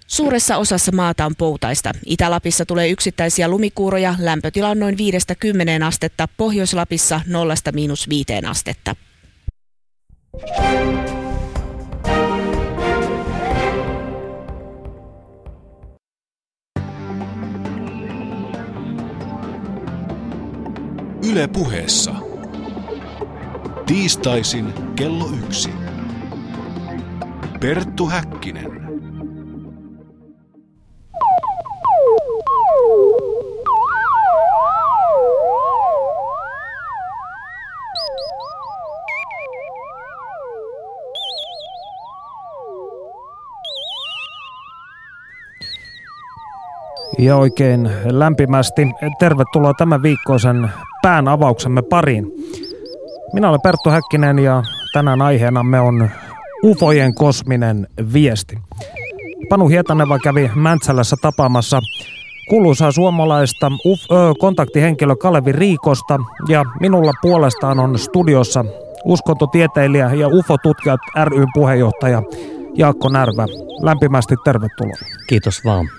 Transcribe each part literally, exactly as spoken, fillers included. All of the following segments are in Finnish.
Suuressa osassa maata on poutaista. Itä-Lapissa tulee yksittäisiä lumikuuroja, lämpötila on noin viidestä kymmeneen astetta, Pohjois-Lapissa nollasta miinus viiteen astetta. Yle Puheessa. Tiistaisin kello yksi. Perttu Häkkinen. Ja oikein lämpimästi tervetuloa tämän viikkoisen pään avauksemme pariin. Minä olen Perttu Häkkinen ja tänään aiheenamme on ufojen kosminen viesti. Panu Hietaneva kävi Mäntsälässä tapaamassa kuuluisaa suomalaista uf- ö, kontaktihenkilö Kalevi Riikosta ja minulla puolestaan on studiossa uskontotieteilijä ja U F O-tutkijat ry:n puheenjohtaja Jaakko Närvä. Lämpimästi tervetuloa. Kiitos vaan.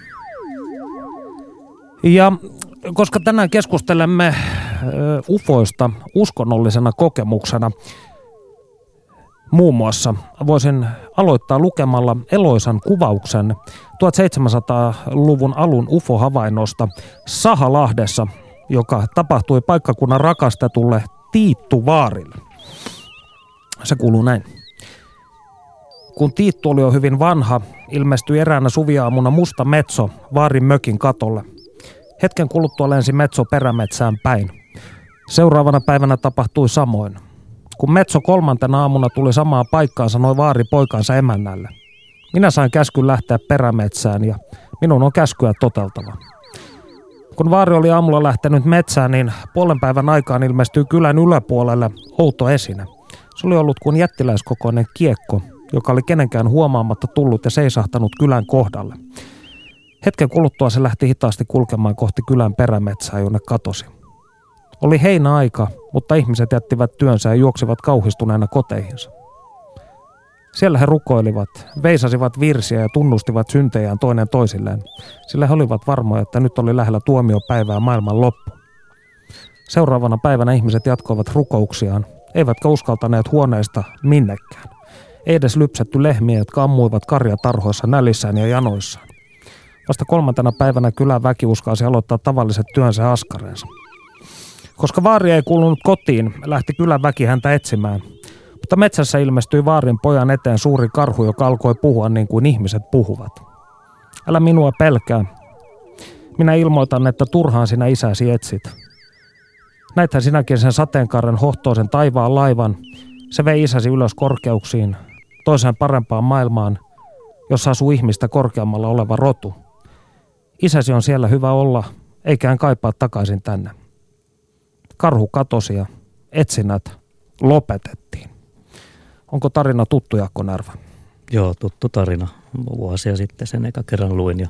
Ja koska tänään keskustelemme ufoista uskonnollisena kokemuksena, muun muassa voisin aloittaa lukemalla eloisan kuvauksen tuhatseitsemänsataaluvun alun U F O-havainnosta Sahalahdessa, joka tapahtui paikkakunnan rakastetulle Tiittu Vaarille. Se kuuluu näin. Kun Tiittu oli jo hyvin vanha, ilmestyi eräänä suviaamuna musta metso Vaarin mökin katolle. Hetken kuluttua lensi metso perämetsään päin. Seuraavana päivänä tapahtui samoin. Kun metso kolmantena aamuna tuli samaan paikkaan, sanoi Vaari poikansa emännälle. Minä sain käskyn lähteä perämetsään ja minun on käskyä toteltava. Kun Vaari oli aamulla lähtenyt metsään, niin puolen päivän aikaan ilmestyi kylän yläpuolelle outo esine. Se oli ollut kuin jättiläiskokoinen kiekko, joka oli kenenkään huomaamatta tullut ja seisahtanut kylän kohdalle. Hetken kuluttua se lähti hitaasti kulkemaan kohti kylän perämetsää, jonne katosi. Oli heinäaika, mutta ihmiset jättivät työnsä ja juoksivat kauhistuneena koteihinsa. Siellä he rukoilivat, veisasivat virsiä ja tunnustivat syntejään toinen toisilleen, sillä he olivat varmoja, että nyt oli lähellä tuomiopäivää maailman loppu. Seuraavana päivänä ihmiset jatkoivat rukouksiaan, eivätkä uskaltaneet huoneista minnekään. Ei edes lypsetty lehmiä, jotka ammuivat karjatarhoissa nälissään ja janoissaan. Vasta kolmantena päivänä kylän väki uskalsi aloittaa tavalliset työnsä ja askareensa. Koska Vaari ei kuulunut kotiin, lähti kylän väki häntä etsimään. Mutta metsässä ilmestyi Vaarin pojan eteen suuri karhu, joka alkoi puhua niin kuin ihmiset puhuvat. Älä minua pelkää. Minä ilmoitan, että turhaan sinä isäsi etsit. Näithän sinäkin sen sateenkaaren hohtoisen taivaan laivan. Se vei isäsi ylös korkeuksiin, toiseen parempaan maailmaan, jossa asuu ihmistä korkeammalla oleva rotu. Isäsi on siellä hyvä olla, eikä hän kaipaa takaisin tänne. Karhu katosi ja etsinnät lopetettiin. Onko tarina tuttu, Jaakko Närvä? Joo, tuttu tarina. Vuosia sitten sen eka kerran luin. Ja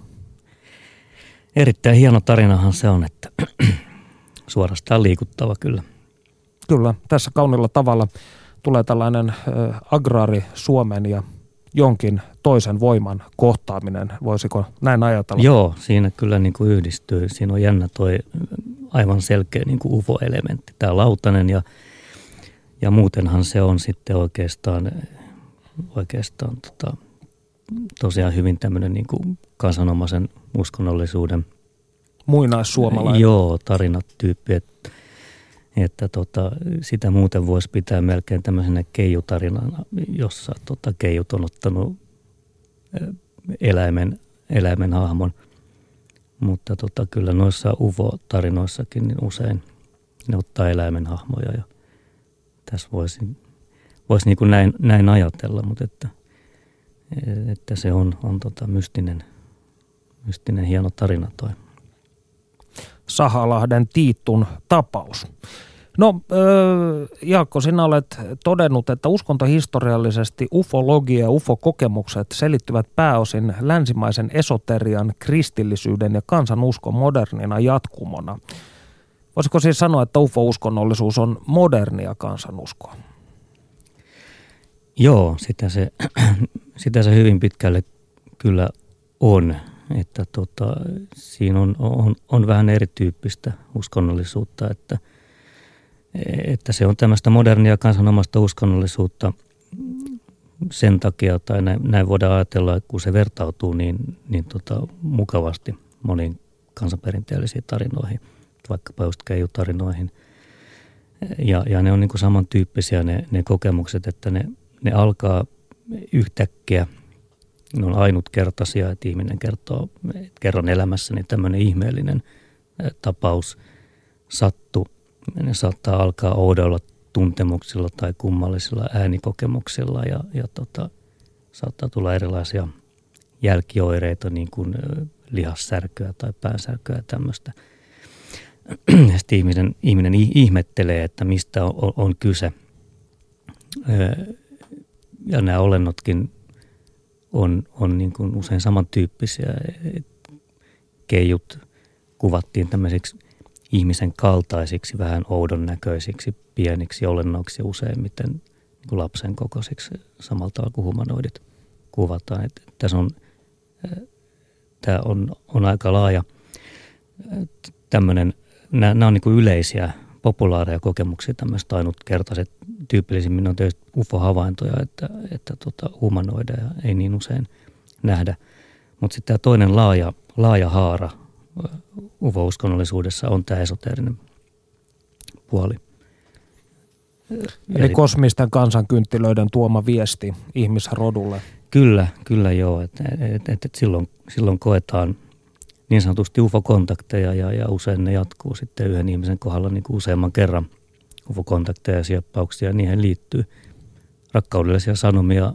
erittäin hieno tarinahan se on, että suorastaan liikuttava kyllä. Kyllä, tässä kaunilla tavalla tulee tällainen agraari Suomen ja jonkin toisen voiman kohtaaminen. Voisiko näin ajatella? Joo, siinä kyllä niin kuin yhdistyy. Siinä on jännä toi aivan selkeä niin kuin U F O-elementti. Tämä lautanen ja, ja muutenhan se on sitten oikeastaan, oikeastaan tota, tosiaan hyvin tämmöinen niin kuin kansanomaisen uskonnollisuuden muinaissuomalainen. Joo, tarinatyyppi, että että tota, sitä muuten voisi pitää melkein tämmöisenä keijutarinana, jossa tota, keijut on ottanut eläimen, eläimen hahmon. Mutta tota, kyllä noissa U F O-tarinoissakin niin usein ne ottaa eläimen hahmoja. Ja tässä voisi, voisi niin kuin näin, näin ajatella, mutta että, että se on, on tota mystinen, mystinen hieno tarina toi. Sahalahden Tiittun tapaus. No, Jaakko, sinä olet todennut, että uskontohistoriallisesti ufologia ja ufokokemukset selittyvät pääosin länsimaisen esoterian, kristillisyyden ja kansanuskon modernina jatkumona. Voisiko siis sanoa, että ufo-uskonnollisuus on modernia kansanuskoa? Joo, sitä se, sitä se hyvin pitkälle kyllä on, että tota, siinä on, on, on vähän erityyppistä uskonnollisuutta, että, että se on tämmöistä modernia kansanomasta uskonnollisuutta sen takia, tai näin, näin voidaan ajatella, että kun se vertautuu niin, niin tota, mukavasti moniin kansanperinteellisiin tarinoihin, vaikkapa just keijutarinoihin. Ja, ja ne on niin kuin samantyyppisiä ne, ne kokemukset, että ne, ne alkaa yhtäkkiä, ne on ainutkertaisia, että ihminen kertoo, että kerron elämässäni tämmöinen ihmeellinen tapaus sattu. Ne saattaa alkaa oudoilla tuntemuksilla tai kummallisilla äänikokemuksilla ja, ja tota, saattaa tulla erilaisia jälkioireita, niin kuin lihassärkyä tai päänsärkyä ja tämmöistä. Sitten ihminen, ihminen ihmettelee, että mistä on, on kyse. Ja nämä olennotkin on, on niin kuin usein samantyyppisiä. Keijut kuvattiin tämmöisiksi ihmisen kaltaisiksi, vähän oudon näköisiksi, pieniksi olennoiksi useimmiten niin kuin lapsen kokoisiksi samalla tavalla kuin humanoidit kuvataan. Että tässä on, tämä on, on aika laaja tämmöinen. Nämä, nämä on niin kuin yleisiä, populaareja kokemuksia, tämmöiset ainutkertaiset. Tyypillisimmin on tietysti U F O-havaintoja, että, että tota, humanoideja ei niin usein nähdä. Mutta sitten tämä toinen laaja, laaja haara U F O-uskonnollisuudessa on tämä esoteerinen puoli. Eli kosmisten kansankynttilöiden tuoma viesti ihmisrodulle. Kyllä, kyllä joo. Et, et, et, et silloin, silloin koetaan niin sanotusti U F O-kontakteja ja, ja usein ne jatkuu sitten yhden ihmisen kohdalla niin kuin useamman kerran U F O-kontakteja ja sieppauksia. Niihin liittyy rakkaudellisia sanomia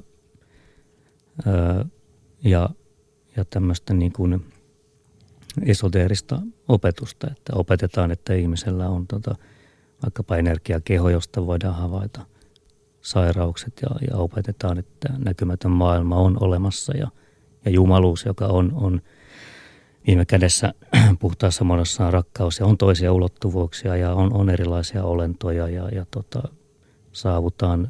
ää, ja, ja tämmöistä niin kuin esoteerista opetusta, että opetetaan, että ihmisellä on tota, vaikkapa energiakeho, josta voidaan havaita sairaukset ja, ja opetetaan, että näkymätön maailma on olemassa ja, ja jumaluus, joka on, on viime kädessä puhtaassa muodossaan rakkaus ja on toisia ulottuvuuksia ja on, on erilaisia olentoja ja, ja tota, saavutaan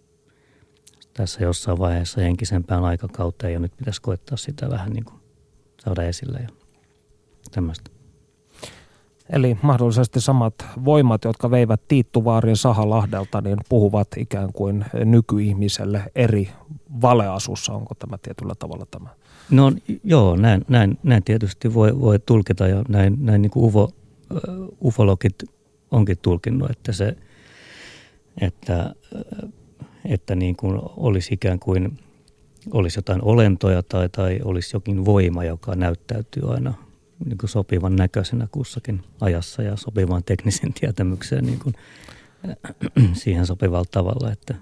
tässä jossain vaiheessa henkisempään aikakauteen ja nyt pitäisi koettaa sitä vähän niin kuin saada esille ja tämmöistä. Eli mahdollisesti samat voimat, jotka veivät Tiittu Vaarin Sahalahdelta, niin puhuvat ikään kuin nykyihmiselle eri valeasussa. Onko tämä tietyllä tavalla tämä? No joo, näin, näin, näin tietysti voi, voi tulkita ja näin, näin niin kuin ufo, ufologit onkin tulkinnut, että se, että, että niin kuin olisi ikään kuin olisi jotain olentoja tai, tai olisi jokin voima, joka näyttäytyy aina niin kuin sopivan näköisenä kussakin ajassa ja sopivan teknisen tietämykseen niin kuin siihen sopivalla tavalla, että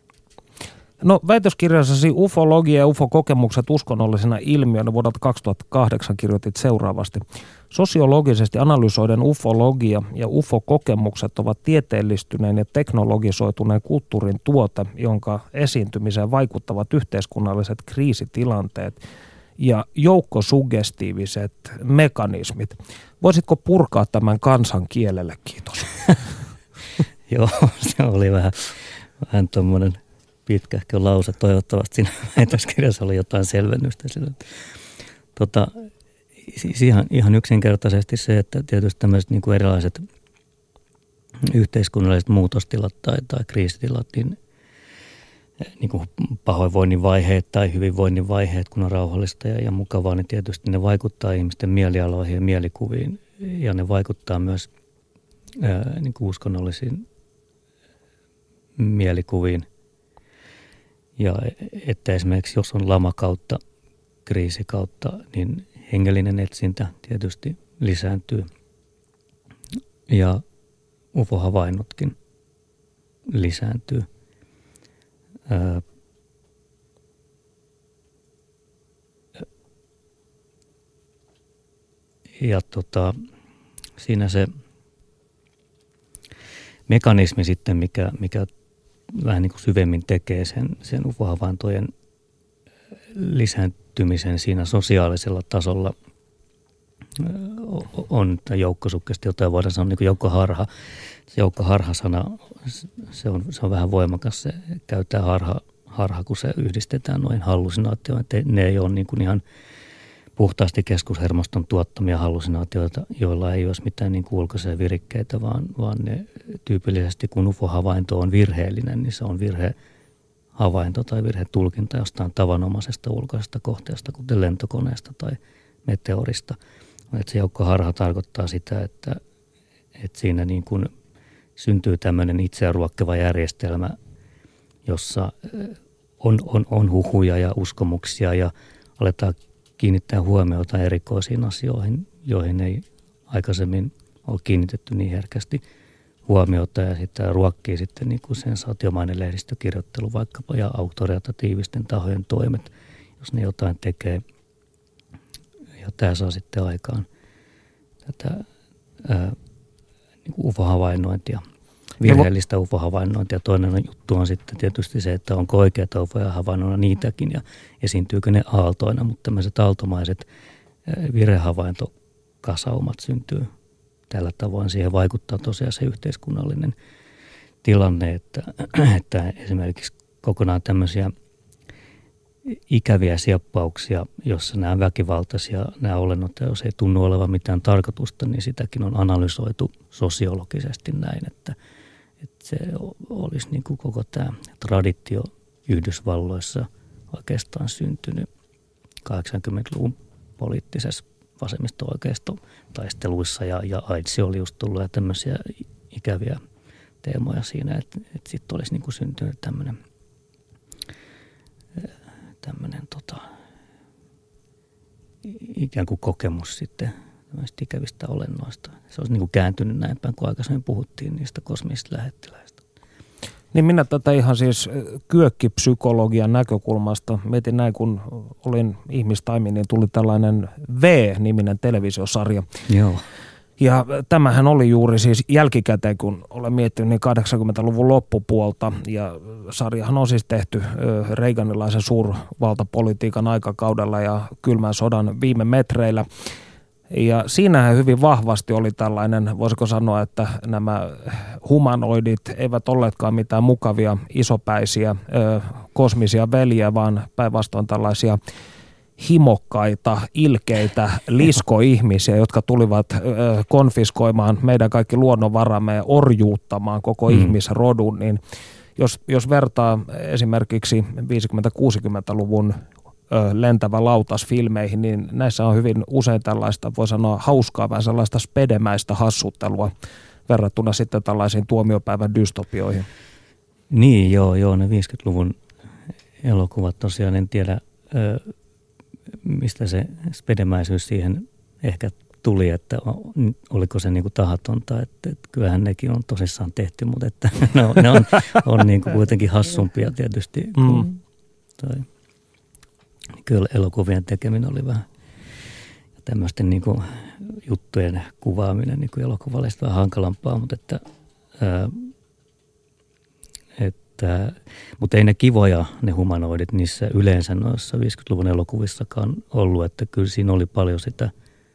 No väitöskirjassasi ufologia ja ufokokemukset uskonnollisena ilmiönä vuodelta kaksituhattakahdeksan kirjoitit seuraavasti. Sosiologisesti analysoiden ufologia ja ufokokemukset ovat tieteellistyneen ja teknologisoituneen kulttuurin tuote, jonka esiintymiseen vaikuttavat yhteiskunnalliset kriisitilanteet ja joukkosuggestiiviset mekanismit. Voisitko purkaa tämän kansan kielelle, kiitos? Joo, se oli vähän, vähän tuommoinen pitkähkö lause. Toivottavasti siinä väitöskirjassa oli jotain selvennystä sille. Tota, siis ihan, ihan yksinkertaisesti se, että tietysti tämmöiset niin kuin erilaiset yhteiskunnalliset muutostilat tai, tai kriisitilat, niin, niin kuin pahoinvoinnin vaiheet tai hyvinvoinnin vaiheet, kun on rauhallista ja, ja mukavaa, niin tietysti ne vaikuttaa ihmisten mielialoihin ja mielikuviin ja ne vaikuttaa myös ää, niin kuin uskonnollisiin mielikuviin. Ja että esimerkiksi jos on lamakautta, kriisikautta, niin hengellinen etsintä tietysti lisääntyy. Ja U F O-havainnotkin lisääntyy. Ää, ja tota, siinä se mekanismi sitten, mikä, mikä vähän niin kuin syvemmin tekee sen, sen U F O-havaintojen lisääntymisen siinä sosiaalisella tasolla on joukkosukkesti, jota voidaan sanoa niin kuin joukkoharha. Se joukkoharha-sana, se on, se on vähän voimakas. Se käyttää harha, harha, kun se yhdistetään noihin hallusinaatioihin. Ne ei ole niin kuin ihan puhtaasti keskushermoston tuottamia hallusinaatioita, joilla ei olisi mitään niin kuin ulkoisia virikkeitä, vaan, vaan ne tyypillisesti kun U F O-havainto on virheellinen, niin se on virhehavainto tai virhetulkinta jostain tavanomaisesta ulkoisesta kohteesta, kuten lentokoneesta tai meteorista. Että se joukkoharha tarkoittaa sitä, että, että siinä niin kuin syntyy tämmöinen itseään ruokkeva järjestelmä, jossa on, on, on huhuja ja uskomuksia ja aletaan kiinnittää huomiota erikoisiin asioihin, joihin ei aikaisemmin ole kiinnitetty niin herkästi huomiota, ja sitten ruokkii sitten niin kuin sensaatiomainen lehdistökirjoittelu vaikkapa ja auktoritatiivisten tahojen toimet, jos ne jotain tekee. Ja tämä saa sitten aikaan tätä ää, niin kuin U F O-havainnointia, virheellistä U F O-havainnointia. Toinen juttu on sitten tietysti se, että onko oikeita U F O-havainnoina niitäkin ja esiintyykö ne aaltoina, mutta tämmöiset aaltomaiset virhehavaintokasaumat syntyy tällä tavoin. Siihen vaikuttaa tosiaan se yhteiskunnallinen tilanne, että, että esimerkiksi kokonaan tämmöisiä ikäviä sieppauksia, jossa nämä väkivaltaisia, nämä olennot, jos ei tunnu olevan mitään tarkoitusta, niin sitäkin on analysoitu sosiologisesti näin, että, että se olisi niin kuin koko tämä traditio Yhdysvalloissa oikeastaan syntynyt kahdeksankymmentäluvun poliittisessa vasemmisto-oikeisto-taisteluissa ja, ja AIDS oli just tullut ja tämmöisiä ikäviä teemoja siinä, että, että sitten olisi niin kuin syntynyt tämmöinen tämmöinen tota, ikään kuin kokemus sitten tämmöistä ikävistä olennoista. Se olisi niin kuin kääntynyt näin päin, kun aikaisemmin puhuttiin niistä kosmisista lähettiläistä. Niin minä tätä ihan siis kyökkipsykologian näkökulmasta mietin näin, kun olin ihmistaimi, niin tuli tällainen V-niminen televisiosarja. Joo. Ja tämähän oli juuri siis jälkikäteen, kun olen miettinyt niin kahdeksankymmentäluvun loppupuolta, ja sarjahan on siis tehty reaganilaisen suurvaltapolitiikan aikakaudella ja kylmän sodan viime metreillä. Ja siinähän hyvin vahvasti oli tällainen, voisiko sanoa, että nämä humanoidit eivät olleetkaan mitään mukavia, isopäisiä, kosmisia veljiä, vaan päinvastoin tällaisia himokkaita, ilkeitä liskoihmisiä, jotka tulivat ö, konfiskoimaan meidän kaikki luonnonvaramme ja orjuuttamaan koko mm. ihmisrodun, niin jos, jos vertaa esimerkiksi viisikymmentä-kuusikymmentäluvun ö, lentävä lautas filmeihin, niin näissä on hyvin usein tällaista, voi sanoa hauskaa, vähän sellaista spedemäistä hassuttelua verrattuna sitten tällaisiin tuomiopäivän dystopioihin. Niin, joo, joo, ne viisikymmentäluvun elokuvat tosiaan, en tiedä, ö, mistä se spedemäisyys siihen ehkä tuli, että oliko se niinku tahatonta, että, että kyllähän nekin on tosissaan tehty, mutta että ne on, ne on, on niinku kuitenkin hassumpia tietysti. Mm. Tai, kyllä elokuvien tekeminen oli vähän tämmöisten niinku juttujen kuvaaminen niinku elokuvallisesti vähän hankalampaa, mutta että ää, et, mutta ei ne kivoja, ne humanoidit, niissä yleensä noissa viisikymmentäluvun elokuvissakaan ollut, että kyllä siinä oli paljon sitä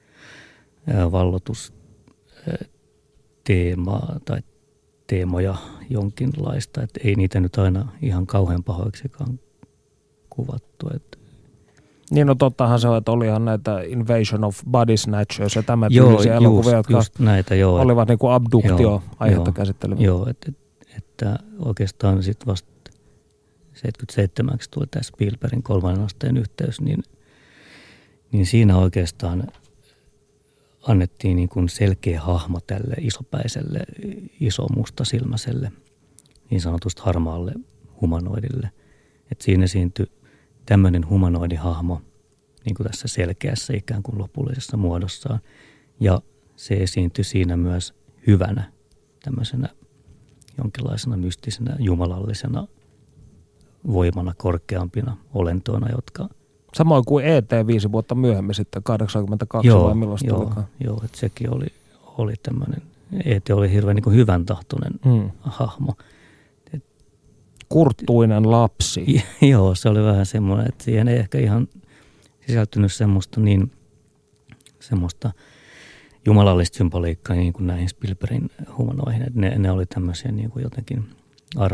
vallotusteemaa tai teemoja jonkinlaista, että ei niitä nyt aina ihan kauhean pahoiksikaan kuvattu. Että. Niin no tottahan se on, että olihan näitä Invasion of Body Snatchers ja tämän tyylisiä elokuvia, jotka just näitä, joo, olivat niin kuin abduktio-aihetta käsitteleviä. Joo, että että oikeastaan sitten vasta seitsemänkymmentäseitsemän tuli tämä Spielbergin kolmannen asteen yhteys, niin, niin siinä oikeastaan annettiin niin kuin selkeä hahmo tälle isopäiselle, iso mustasilmäiselle, niin sanotusti harmaalle humanoidille. Että siinä esiintyi tämmöinen humanoidihahmo niin kuin tässä selkeässä ikään kuin lopullisessa muodossaan, ja se esiintyi siinä myös hyvänä tämmöisenä jonkinlaisena mystisenä, jumalallisena voimana, korkeampina olentoina, jotka. Samoin kuin E T viisi vuotta myöhemmin sitten, kahdeksankymmentäkaksi joo, vai milloin joo, tulikaan? Joo, että sekin oli, oli tämmöinen, E T oli hirveän niin kuin hyvän tahtoinen hmm. hahmo. Et, Kurttuinen lapsi. Joo, se oli vähän semmoinen, että siihen ei ehkä ihan sisältynyt semmoista niin, semmoista jumalallista symboliikkaa niin kuin näihin Spielbergin humanoihin, että ne, ne oli tämmöisiä niin kuin jotenkin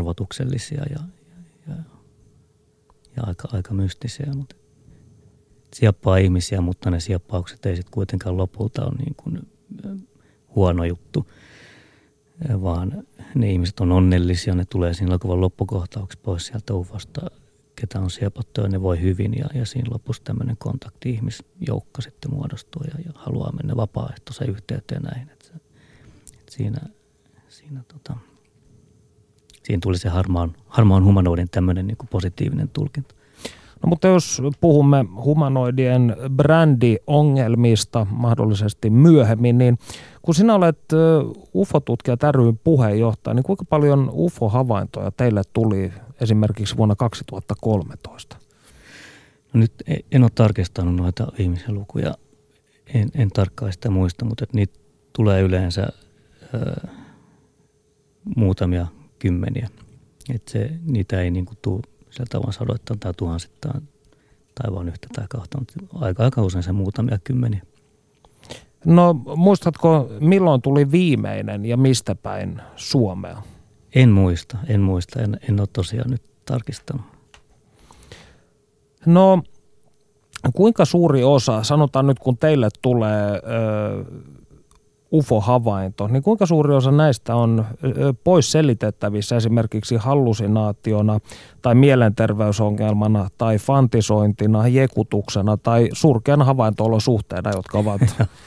arvotuksellisia ja, ja, ja aika, aika mystisiä. Mutta. sieppaa ihmisiä, mutta ne sieppaukset ei sitten kuitenkaan lopulta ole niin kuin huono juttu, vaan ne ihmiset on onnellisia, ne tulee siinä elokuvan loppukohtauksessa pois sieltä ufosta, ketä on siepattu ja ne voi hyvin ja, ja siinä lopussa tämmöinen kontakti-ihmisjoukko sitten muodostuu ja, ja haluaa mennä vapaaehtoisen yhteyteen näihin. Et se, et siinä, siinä, tota, siinä tuli se harmaan, harmaan humanoidin tämmöinen niin kuin positiivinen tulkinta. No mutta jos puhumme humanoidien brändiongelmista mahdollisesti myöhemmin, niin kun sinä olet U F O-tutkijat ry:n puheenjohtaja, niin kuinka paljon U F O-havaintoja teille tuli esimerkiksi vuonna kaksituhattakolmetoista? No nyt en ole tarkistanut noita viimeisiä lukuja, en, en tarkkaan sitä muista, mutta että niitä tulee yleensä ö, muutamia kymmeniä. Että se, niitä ei niin kuin tule sieltä vaan sadoittain tai tuhansittain tai vaan yhtä tai kahta, mutta aika, aika usein se muutamia kymmeniä. No muistatko, milloin tuli viimeinen ja mistä päin Suomea? En muista, en muista, en, en ole tosiaan nyt tarkistanut. No kuinka suuri osa, sanotaan nyt kun teille tulee ö, U F O-havainto, niin kuinka suuri osa näistä on ö, pois selitettävissä esimerkiksi hallusinaationa tai mielenterveysongelmana tai fantisointina, jekutuksena tai surkeana havainto-olosuhteena, jotka ovat...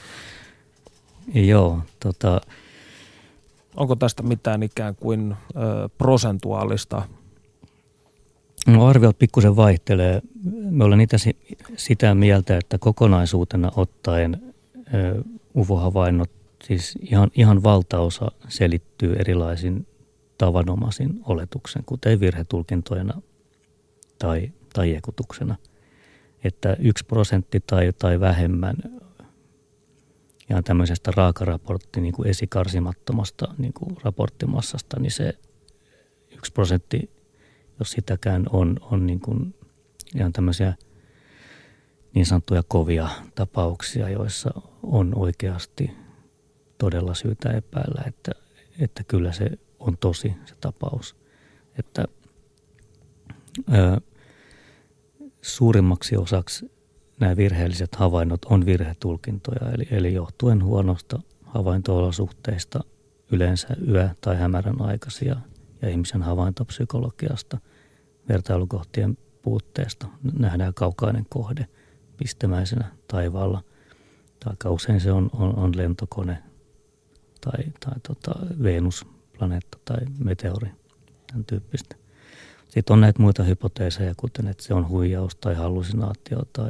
Joo, tota... Onko tästä mitään ikään kuin ö, prosentuaalista? No arviot pikkusen vaihtelee. Me ollaan niitä sitä mieltä, että kokonaisuutena ottaen ö, U F O-havainnot, siis ihan, ihan valtaosa selittyy erilaisin tavanomaisin oletuksen, kuten virhetulkintoina tai, tai jekutuksena. Että yksi prosentti tai, tai vähemmän ihan tämmöisestä raakaraportti niin kuin esikarsimattomasta niin kuin raporttimassasta, niin se yksi prosentti, jos sitäkään on, on niin kuin ihan tämmöisiä niin sanottuja kovia tapauksia, joissa on oikeasti todella syytä epäillä, että, että kyllä se on tosi se tapaus. Että ö, suurimmaksi osaksi nämä virheelliset havainnot on virhetulkintoja, eli, eli johtuen huonosta havainto-olosuhteista, yleensä yö- tai hämärän aikaisia ja ihmisen havaintopsykologiasta, vertailukohtien puutteesta nähdään kaukainen kohde pistemäisenä taivaalla. Aika usein se on, on, on lentokone tai, tai tota Venus, planeetta tai meteori, tämän tyyppistä. Sitten on näitä muita hypoteeseja, kuten että se on huijaus tai hallusinaatio tai,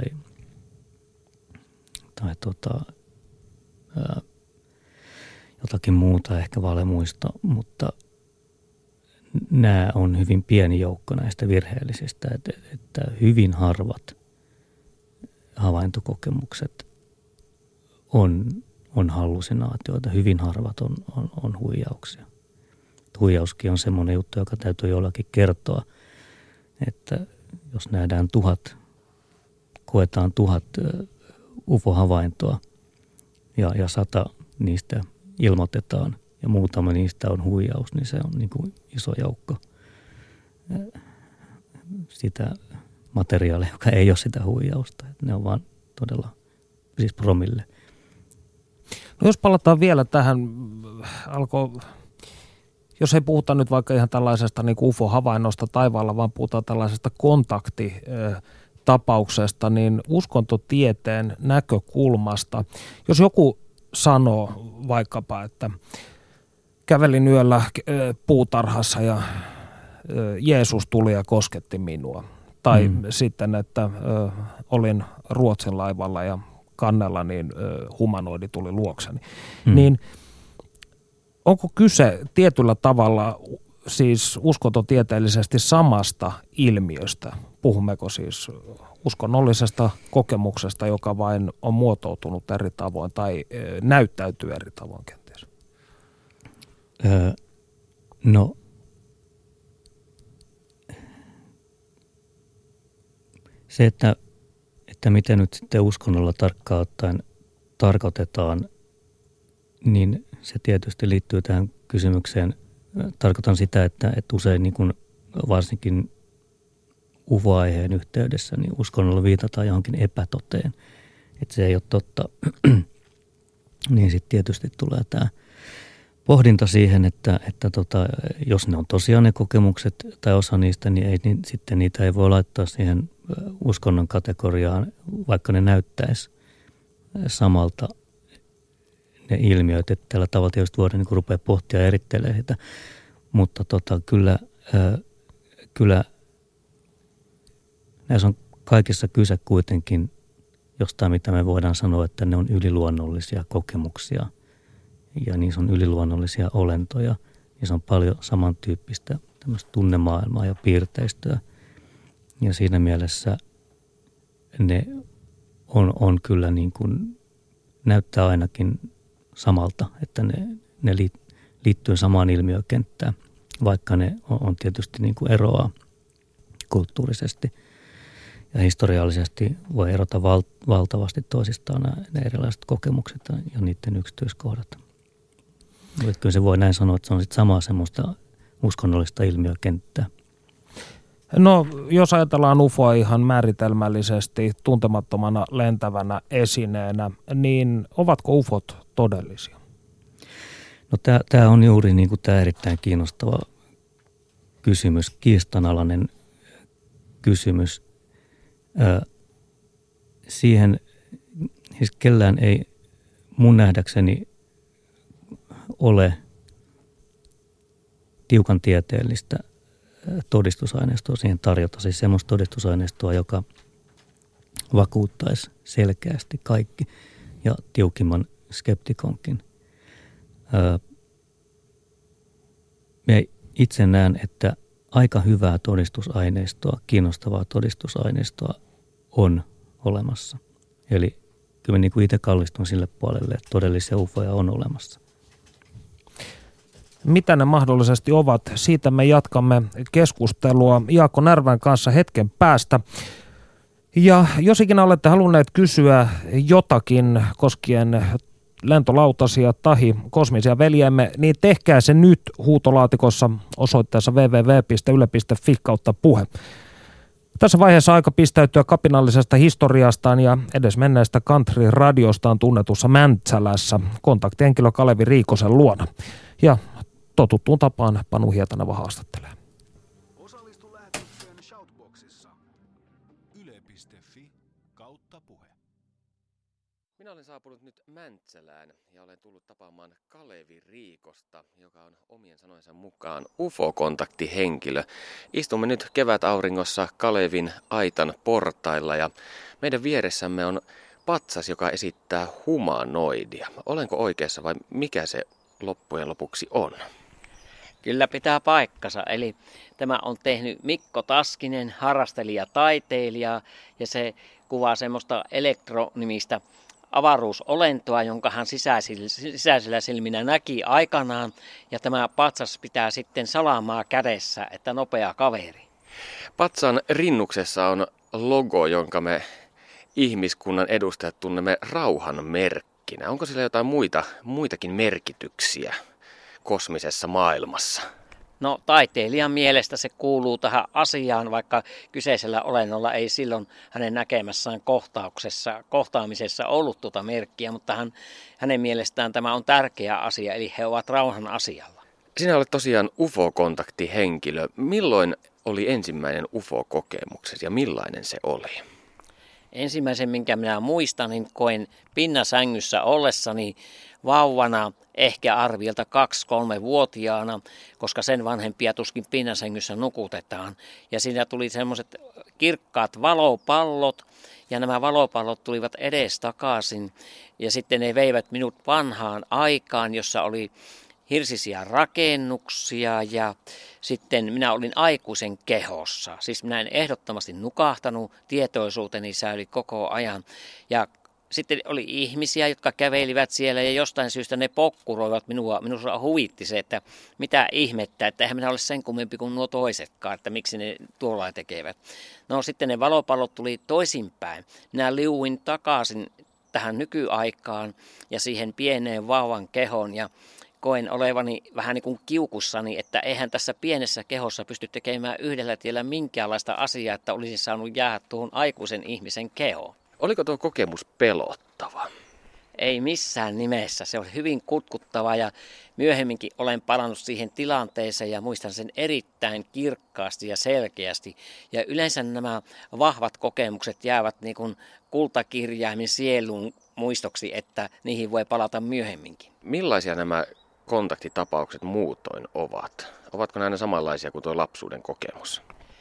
tai tota, ää, jotakin muuta, ehkä valemuisto, mutta nämä on hyvin pieni joukko näistä virheellisistä, että, että hyvin harvat havaintokokemukset on, on hallusinaatioita, hyvin harvat on, on, on huijauksia. Huijauskin on semmoinen juttu, joka täytyy jollakin kertoa, että jos nähdään tuhat, koetaan tuhat U F O-havaintoa ja, ja sata niistä ilmoitetaan ja muutama niistä on huijaus, niin se on niin kuin iso joukko sitä materiaalia, joka ei ole sitä huijausta. Ne on vaan todella siis promille. No jos palataan vielä tähän, alkoi, jos ei puhuta nyt vaikka ihan tällaisesta niin kuin U F O-havainnosta taivaalla, vaan puhutaan tällaisesta kontaktitapauksesta, niin uskontotieteen näkökulmasta, jos joku sanoo vaikkapa, että kävelin yöllä puutarhassa ja Jeesus tuli ja kosketti minua. Tai mm. sitten, että olin Ruotsin laivalla ja kannella, niin humanoidi tuli luokseni. Mm. Niin onko kyse tietyllä tavalla siis uskontotieteellisesti samasta ilmiöstä? Puhummeko siis uskonnollisesta kokemuksesta, joka vain on muotoutunut eri tavoin tai näyttäytyy eri tavoin kenties? Öö, no, se, että, että miten nyt sitten uskonnolla tarkkaan ottaen tarkoitetaan, niin se tietysti liittyy tähän kysymykseen. Tarkoitan sitä, että, että usein niin kuin varsinkin U F O-aiheen yhteydessä niin uskonnolla viitataan johonkin epätoteen, että se ei ole totta, niin sitten tietysti tulee tämä pohdinta siihen, että, että tota, jos ne on tosiaan ne kokemukset tai osa niistä, niin, ei, niin sitten niitä ei voi laittaa siihen uskonnon kategoriaan, vaikka ne näyttäisi samalta ne ilmiöt, että tällä tavalla tietysti voidaan niin rupeaa pohtia ja erittelee sitä, mutta tota, kyllä, ää, kyllä näissä on kaikissa kyse kuitenkin jostain, mitä me voidaan sanoa, että ne on yliluonnollisia kokemuksia ja niissä on yliluonnollisia olentoja. Niissä on paljon samantyyppistä tämmöistä tunnemaailmaa ja piirteistöä ja siinä mielessä ne on, on kyllä niin kuin, näyttää ainakin samalta, että ne, ne liittyy samaan ilmiökenttään, vaikka ne on, on tietysti niin kuin eroaa kulttuurisesti ja historiallisesti voi erota val, valtavasti toisistaan nämä, ne erilaiset kokemukset ja niiden yksityiskohdat. Mutta kyllä se voi näin sanoa, että se on sitten samaa semmoista uskonnollista ilmiökenttää. No, jos ajatellaan U F Oa ihan määritelmällisesti tuntemattomana lentävänä esineenä, niin ovatko U F Ot todellisia? No tämä on juuri niin kuin tämä erittäin kiinnostava kysymys, kiistanalainen kysymys. Ö, siihen siis kellään ei mun nähdäkseni ole tiukan tieteellistä todistusaineistoa siihen tarjota, siis semmoista todistusaineistoa, joka vakuuttaisi selkeästi kaikki ja tiukimman skeptikonkin. Mä itse näen, että aika hyvää todistusaineistoa, kiinnostavaa todistusaineistoa on olemassa. Eli kyllä niin kuin itse kallistun sille puolelle, että todellisia U F Oja on olemassa. Mitä ne mahdollisesti ovat? Siitä me jatkamme keskustelua Jaakko Närvän kanssa hetken päästä. Ja jos ikinä olette halunneet kysyä jotakin koskien lentolautasia tahi kosmisia veljeemme, niin tehkää se nyt huutolaatikossa osoitteessa double-u double-u double-u piste yle piste fi kautta puhe. Tässä vaiheessa aika pistäytyä kapinallisesta historiastaan ja edesmenneestä country-radiostaan tunnetussa Mäntsälässä kontaktihenkilö Kalevi Riikosen luona. Ja totuttuun tapaan Panu Hietaneva haastattelee. Osallistu lähetykseen Shoutboxissa. yle piste fi kautta puhe. Minä olen saapunut nyt Mäntsälään ja olen tullut tapaamaan Kalevi Riikosta, joka on omien sanojensa mukaan U F O-kontaktihenkilö. Istumme nyt kevätauringossa Kalevin aitan portailla ja meidän vieressämme on patsas, joka esittää humanoidia. Olenko oikeassa vai mikä se loppujen lopuksi on? Kyllä pitää paikkansa. Eli tämä on tehnyt Mikko Taskinen, harrastelija, taiteilija, ja se kuvaa semmoista elektronimistä avaruusolentoa, jonka hän sisäisillä, sisäisillä silminä näki aikanaan. Ja tämä patsas pitää sitten salamaa kädessä, että nopea kaveri. Patsan rinnuksessa on logo, jonka me ihmiskunnan edustajat tunnemme rauhan merkkinä. Onko sillä jotain muita, muitakin merkityksiä kosmisessa maailmassa? No, taiteilijan mielestä se kuuluu tähän asiaan, vaikka kyseisellä olennolla ei silloin hänen näkemässään kohtauksessa, kohtaamisessa ollut tuota merkkiä, mutta hän, hänen mielestään tämä on tärkeä asia, eli he ovat rauhan asialla. Sinä olet tosiaan U F O-kontaktihenkilö. Milloin oli ensimmäinen U F O-kokemuksesi ja millainen se oli? Ensimmäisen, minkä minä muistan, niin koin pinnasängyssä ollessani vauvana, ehkä arviolta kaksi-kolme-vuotiaana, koska sen vanhempia tuskin pinnasängyssä nukutetaan. Ja siinä tuli semmoiset kirkkaat valopallot, ja nämä valopallot tulivat edestakaisin. Ja sitten ne veivät minut vanhaan aikaan, jossa oli hirsisiä rakennuksia, ja sitten minä olin aikuisen kehossa. Siis minä en ehdottomasti nukahtanut, tietoisuuteni säilyi koko ajan. Ja sitten oli ihmisiä, jotka kävelivät siellä ja jostain syystä ne pokkuroivat minua. Minusta huvitti se, että mitä ihmettä, että eihän minä ole sen kummempi kuin nuo toisetkaan, että miksi ne tuolla tekevät. No sitten ne valopallot tuli toisinpäin. Minä liuin takaisin tähän nykyaikaan ja siihen pieneen vauvan kehoon ja koen olevani vähän niin kuin kiukussani, että eihän tässä pienessä kehossa pysty tekemään yhdellä tiellä minkäänlaista asiaa, että olisi saanut jäädä tuohon aikuisen ihmisen kehoon. Oliko tuo kokemus pelottava? Ei missään nimessä. Se on hyvin kutkuttava ja myöhemminkin olen palannut siihen tilanteeseen ja muistan sen erittäin kirkkaasti ja selkeästi. Ja yleensä nämä vahvat kokemukset jäävät niin kuin kultakirjaimin sielun muistoksi, että niihin voi palata myöhemminkin. Millaisia nämä kontaktitapaukset muutoin ovat? Ovatko nämä samanlaisia kuin tuo lapsuuden kokemus?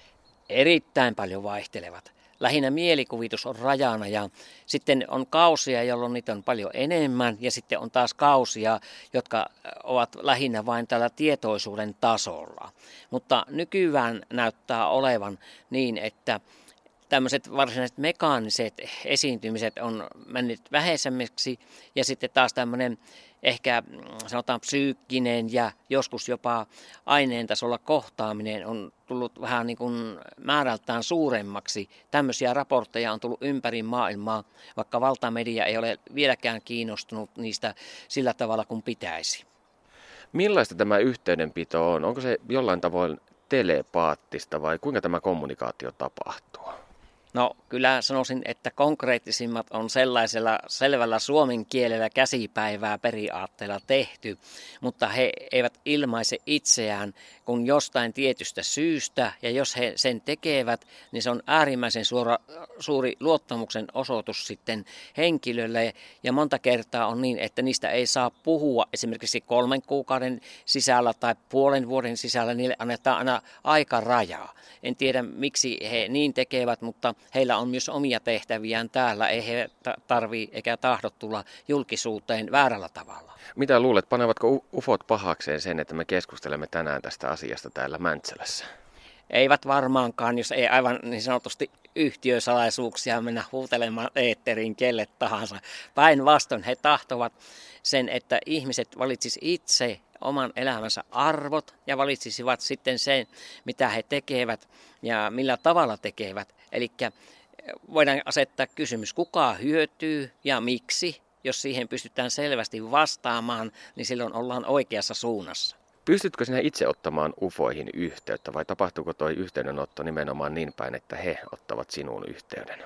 Erittäin paljon vaihtelevat. Lähinnä mielikuvitus on rajana ja sitten on kausia, jolloin niitä on paljon enemmän ja sitten on taas kausia, jotka ovat lähinnä vain tällä tietoisuuden tasolla. Mutta nykyään näyttää olevan niin, että tämmöiset varsinaiset mekaaniset esiintymiset on mennyt vähäisemmiksi ja sitten taas tämmöinen ehkä sanotaan psyykkinen ja joskus jopa aineen tasolla kohtaaminen on tullut vähän niin kuin määrältään suuremmaksi. Tämmöisiä raportteja on tullut ympäri maailmaa, vaikka valtamedia ei ole vieläkään kiinnostunut niistä sillä tavalla kuin pitäisi. Millaista tämä yhteydenpito on? Onko se jollain tavoin telepaattista vai kuinka tämä kommunikaatio tapahtuu? No kyllä sanoisin, että konkreettisimmat on sellaisella selvällä suomen kielellä käsipäivää periaatteella tehty, mutta he eivät ilmaise itseään kun jostain tietystä syystä, ja jos he sen tekevät, niin se on äärimmäisen suora, suuri luottamuksen osoitus sitten henkilölle, ja monta kertaa on niin, että niistä ei saa puhua esimerkiksi kolmen kuukauden sisällä tai puolen vuoden sisällä, niille annetaan aina aikarajaa. En tiedä, miksi he niin tekevät, mutta heillä on myös omia tehtäviään täällä, ei he tarvitse eikä tahdo tulla julkisuuteen väärällä tavalla. Mitä luulet, panevatko ufot pahakseen sen, että me keskustelemme tänään tästä asiasta täällä Mäntsälässä? Eivät varmaankaan, jos ei aivan niin sanotusti yhtiösalaisuuksia mennä huutelemaan eetteriin kelle tahansa. Päinvastoin he tahtovat sen, että ihmiset valitsisivat itse oman elämänsä arvot ja valitsisivat sitten sen, mitä he tekevät ja millä tavalla tekevät. Eli voidaan asettaa kysymys, kuka hyötyy ja miksi. Jos siihen pystytään selvästi vastaamaan, niin silloin ollaan oikeassa suunnassa. Pystytkö sinä itse ottamaan ufoihin yhteyttä vai tapahtuuko tuo yhteydenotto nimenomaan niin päin, että he ottavat sinuun yhteyden?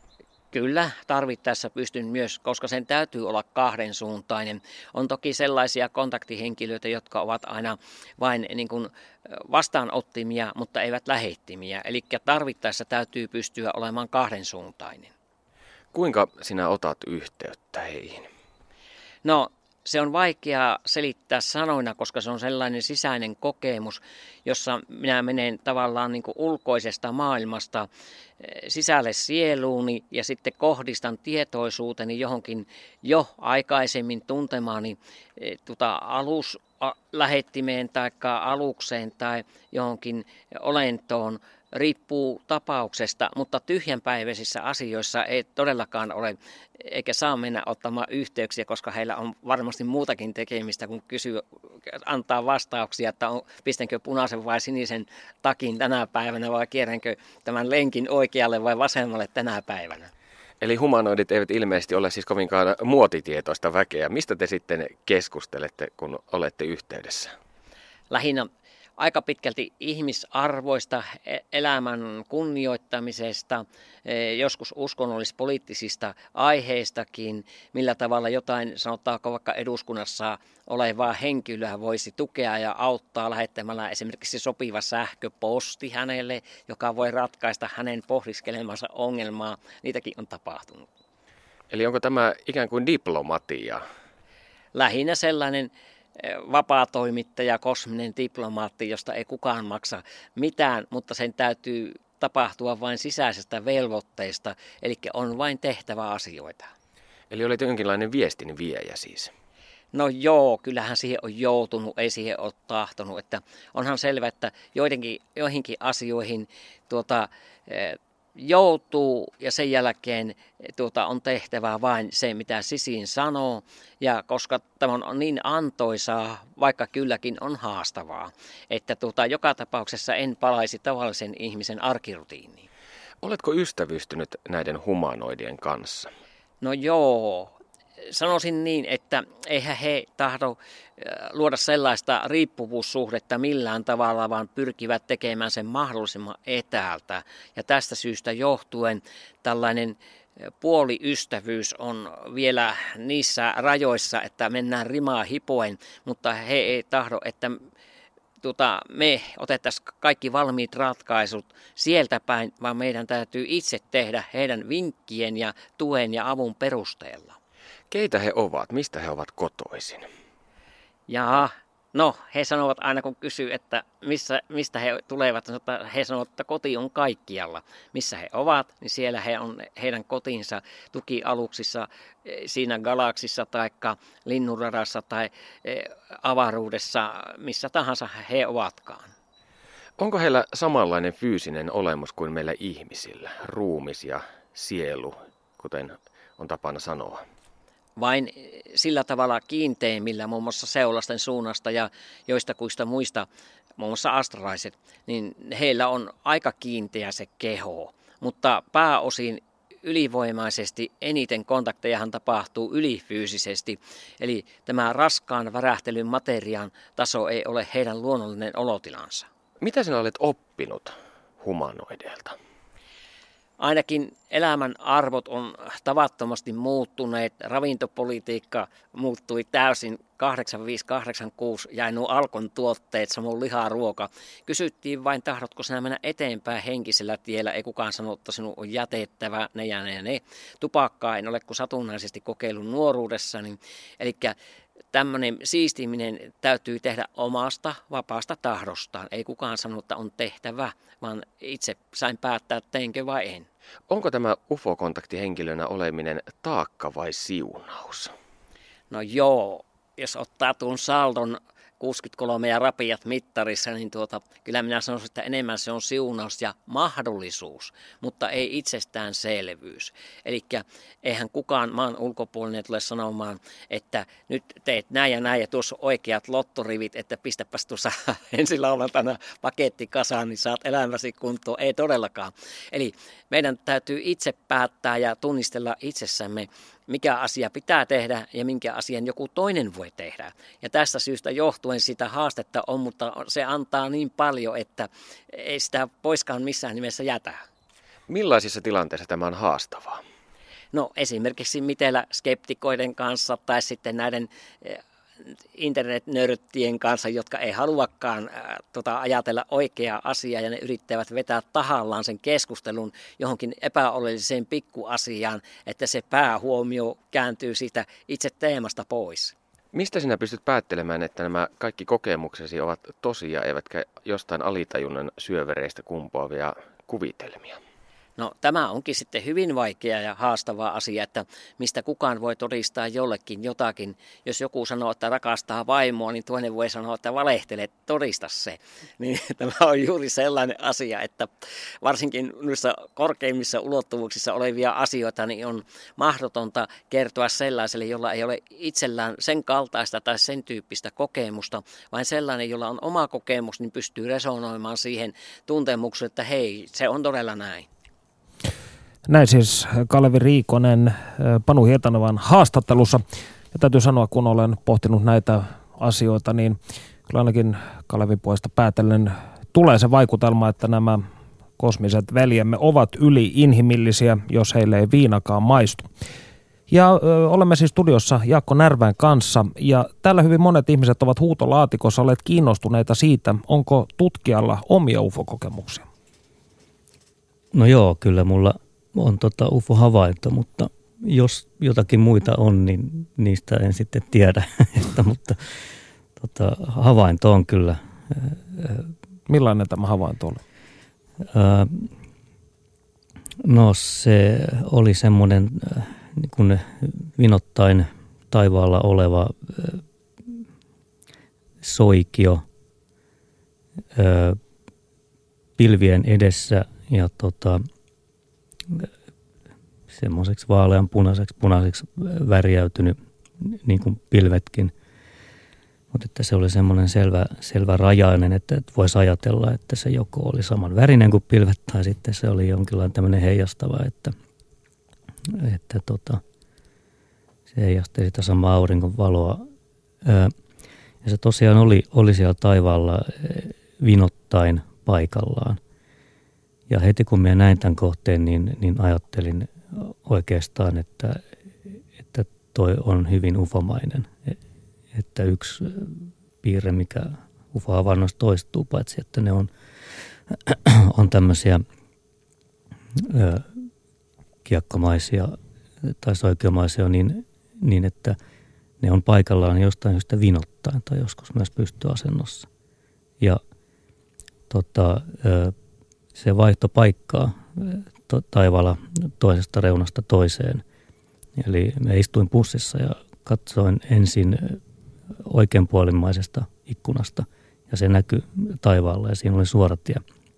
Kyllä, tarvittaessa pystyn myös, koska sen täytyy olla kahden suuntainen. On toki sellaisia kontaktihenkilöitä, jotka ovat aina vain niin kuin vastaanottimia, mutta eivät lähettimiä. Eli tarvittaessa täytyy pystyä olemaan kahden suuntainen. Kuinka sinä otat yhteyttä heihin? No, se on vaikea selittää sanoina, koska se on sellainen sisäinen kokemus, jossa minä menen tavallaan niin kuin ulkoisesta maailmasta sisälle sieluuni ja sitten kohdistan tietoisuuteni johonkin jo aikaisemmin tuntemaani tuota, alus, lähettimeen tai alukseen tai johonkin olentoon. Riippuu tapauksesta, mutta tyhjänpäiväisissä asioissa ei todellakaan ole, eikä saa mennä ottamaan yhteyksiä, koska heillä on varmasti muutakin tekemistä, kun kysyy, antaa vastauksia, että on, pistänkö punaisen vai sinisen takin tänä päivänä vai kierränkö tämän lenkin oikealle vai vasemmalle tänä päivänä. Eli humanoidit eivät ilmeisesti ole siis kovinkaan muotitietoista väkeä. Mistä te sitten keskustelette, kun olette yhteydessä? Lähinnä aika pitkälti ihmisarvoista, elämän kunnioittamisesta, joskus uskonnollis-poliittisista aiheistakin, millä tavalla jotain, sanotaanko vaikka eduskunnassa olevaa henkilöä voisi tukea ja auttaa lähettämällä esimerkiksi sopiva sähköposti hänelle, joka voi ratkaista hänen pohdiskelemansa ongelmaa. Niitäkin on tapahtunut. Eli onko tämä ikään kuin diplomatia? Lähinnä sellainen vapaatoimittaja, kosminen diplomaatti, josta ei kukaan maksa mitään, mutta sen täytyy tapahtua vain sisäisestä velvoitteesta, eli on vain tehtävä asioita. Eli olet jonkinlainen viestin viejä siis? No joo, kyllähän siihen on joutunut, ei siihen ole tahtonut. Että onhan selvä, että joidenkin, joihinkin asioihin tuota, joutuu ja sen jälkeen tuota, on tehtävä vain se, mitä sisin sanoo. Ja koska tämä on niin antoisaa, vaikka kylläkin on haastavaa, että tuota, joka tapauksessa en palaisi tavallisen ihmisen arkirutiiniin. Oletko ystävystynyt näiden humanoidien kanssa? No joo, sanoisin niin, että eihän he tahdo luoda sellaista riippuvuussuhdetta millään tavalla, vaan pyrkivät tekemään sen mahdollisimman etäältä. Ja tästä syystä johtuen tällainen puoliystävyys on vielä niissä rajoissa, että mennään rimaa hipoen, mutta he ei tahdo, että Tota, me otettaisiin kaikki valmiit ratkaisut sieltä päin, vaan meidän täytyy itse tehdä heidän vinkkien ja tuen ja avun perusteella. Keitä he ovat? Mistä he ovat kotoisin? Jaa, no he sanovat aina kun kysyy, että missä, mistä he tulevat, he sanovat, että koti on kaikkialla. Missä he ovat, niin siellä he on heidän kotinsa tukialuksissa, siinä galaksissa tai linnunradassa tai avaruudessa, missä tahansa he ovatkaan. Onko heillä samanlainen fyysinen olemus kuin meillä ihmisillä, ruumis ja sielu, kuten on tapana sanoa? Vain sillä tavalla kiinteimmillä, muun muassa seulasten suunnasta ja joistakuista muista, muun muassa astralaiset, niin heillä on aika kiinteä se keho, mutta pääosin ylivoimaisesti eniten kontaktejahan tapahtuu ylifyysisesti, eli tämä raskaan värähtelyn materiaan taso ei ole heidän luonnollinen olotilansa. Mitä sinä olet oppinut humanoideilta? Ainakin elämän arvot on tavattomasti muuttuneet. Ravintopolitiikka muuttui täysin. kahdeksankymmentäviisi kahdeksankymmentäkuusi jäi nuo Alkon tuotteet, samoin liharuoka. Kysyttiin vain, tahdotko sinä mennä eteenpäin henkisellä tiellä. Ei kukaan sanonut, että sinun on jätettävä ne ja ne ja ne. Tupakkaa en ole kuin satunnaisesti kokeillut nuoruudessani. Eli tämmöinen siistiminen täytyy tehdä omasta vapaasta tahdostaan. Ei kukaan sano, että on tehtävä, vaan itse sain päättää, teinkö vai en. Onko tämä U F O-kontaktihenkilönä oleminen taakka vai siunaus? No joo, jos ottaa tuon saldon kuusikymmentäkolme ja rapiat mittarissa, niin tuota, kyllä minä sanoisin, että enemmän se on siunaus ja mahdollisuus, mutta ei itsestäänselvyys. Eli eihän kukaan maan ulkopuolinen tule sanomaan, että nyt teet näin ja näin ja tuossa oikeat lottorivit, että pistäpäs tuossa ensi lauantaina paketti kasaan, niin saat elämäsi kuntoon. Ei todellakaan. Eli meidän täytyy itse päättää ja tunnistella itsessämme, mikä asia pitää tehdä ja minkä asian joku toinen voi tehdä. Ja tästä syystä johtuen sitä haastetta on, mutta se antaa niin paljon, että ei sitä poiskaan missään nimessä jätä. Millaisissa tilanteissa tämä on haastavaa? No esimerkiksi mitellä skeptikoiden kanssa tai sitten näiden internetnörttien kanssa, jotka ei haluakaan ää, tota, ajatella oikeaa asiaa ja ne yrittävät vetää tahallaan sen keskustelun johonkin epäolelliseen pikkuasiaan, että se päähuomio kääntyy siitä itse teemasta pois. Mistä sinä pystyt päättelemään, että nämä kaikki kokemuksesi ovat tosia, eivätkä jostain alitajunnan syövereistä kumpuavia kuvitelmia? No tämä onkin sitten hyvin vaikea ja haastava asia, että mistä kukaan voi todistaa jollekin jotakin. Jos joku sanoo, että rakastaa vaimoa, niin toinen voi sanoa, että valehtele, todista se. Niin tämä on juuri sellainen asia, että varsinkin noissa korkeimmissa ulottuvuuksissa olevia asioita niin on mahdotonta kertoa sellaiselle, jolla ei ole itsellään sen kaltaista tai sen tyyppistä kokemusta, vaan sellainen, jolla on oma kokemus, niin pystyy resonoimaan siihen tuntemukseen, että hei, se on todella näin. Näin siis Kalevi Riikonen Panu Hietanovan haastattelussa. Ja täytyy sanoa, kun olen pohtinut näitä asioita, niin kyllä ainakin Kalevin puolesta päätellen tulee se vaikutelma, että nämä kosmiset veljemme ovat yli-inhimillisiä, jos heille ei viinakaan maistu. Ja ö, olemme siis studiossa Jaakko Närvän kanssa, ja täällä hyvin monet ihmiset ovat huutolaatikossa olleet kiinnostuneita siitä, onko tutkijalla omia U F O-kokemuksia. No joo, kyllä mulla on tota U F O-havainto, mutta jos jotakin muita on, niin niistä en sitten tiedä. että, mutta tota, havainto on kyllä. Millainen tämä havainto oli? Ää, no se oli semmoinen niin kuin vinottain taivaalla oleva ää, soikio ää, pilvien edessä ja tota, semmoiseksi vaalean punaiseksi, punaiseksi värjäytynyt niin kuin pilvetkin. Mutta että se oli semmoinen selvä, selvä rajainen, että, että voisi ajatella, että se joko oli saman värinen kuin pilvet tai sitten se oli jonkinlainen tämmöinen heijastava, että, että tota, se heijasteli sitä samaa auringon valoa. Ja se tosiaan oli, oli siellä taivaalla vinottain paikallaan. Ja heti kun minä näin tämän kohteen, niin, niin ajattelin oikeastaan, että, että toi on hyvin ufomainen. Että yksi piirre, mikä U F O-havainnoissa toistuu, paitsi että ne on, on tämmöisiä ö, kiekkomaisia tai soikiomaisia, niin, niin että ne on paikallaan jostain syystä vinottain tai joskus myös pystyasennossa. Ja tota, ö, se vaihto paikkaa to, taivaalla toisesta reunasta toiseen. Eli me istuin bussissa ja katsoin ensin oikeanpuolimmaisesta ikkunasta ja se näkyi taivaalla ja siinä oli suoratie.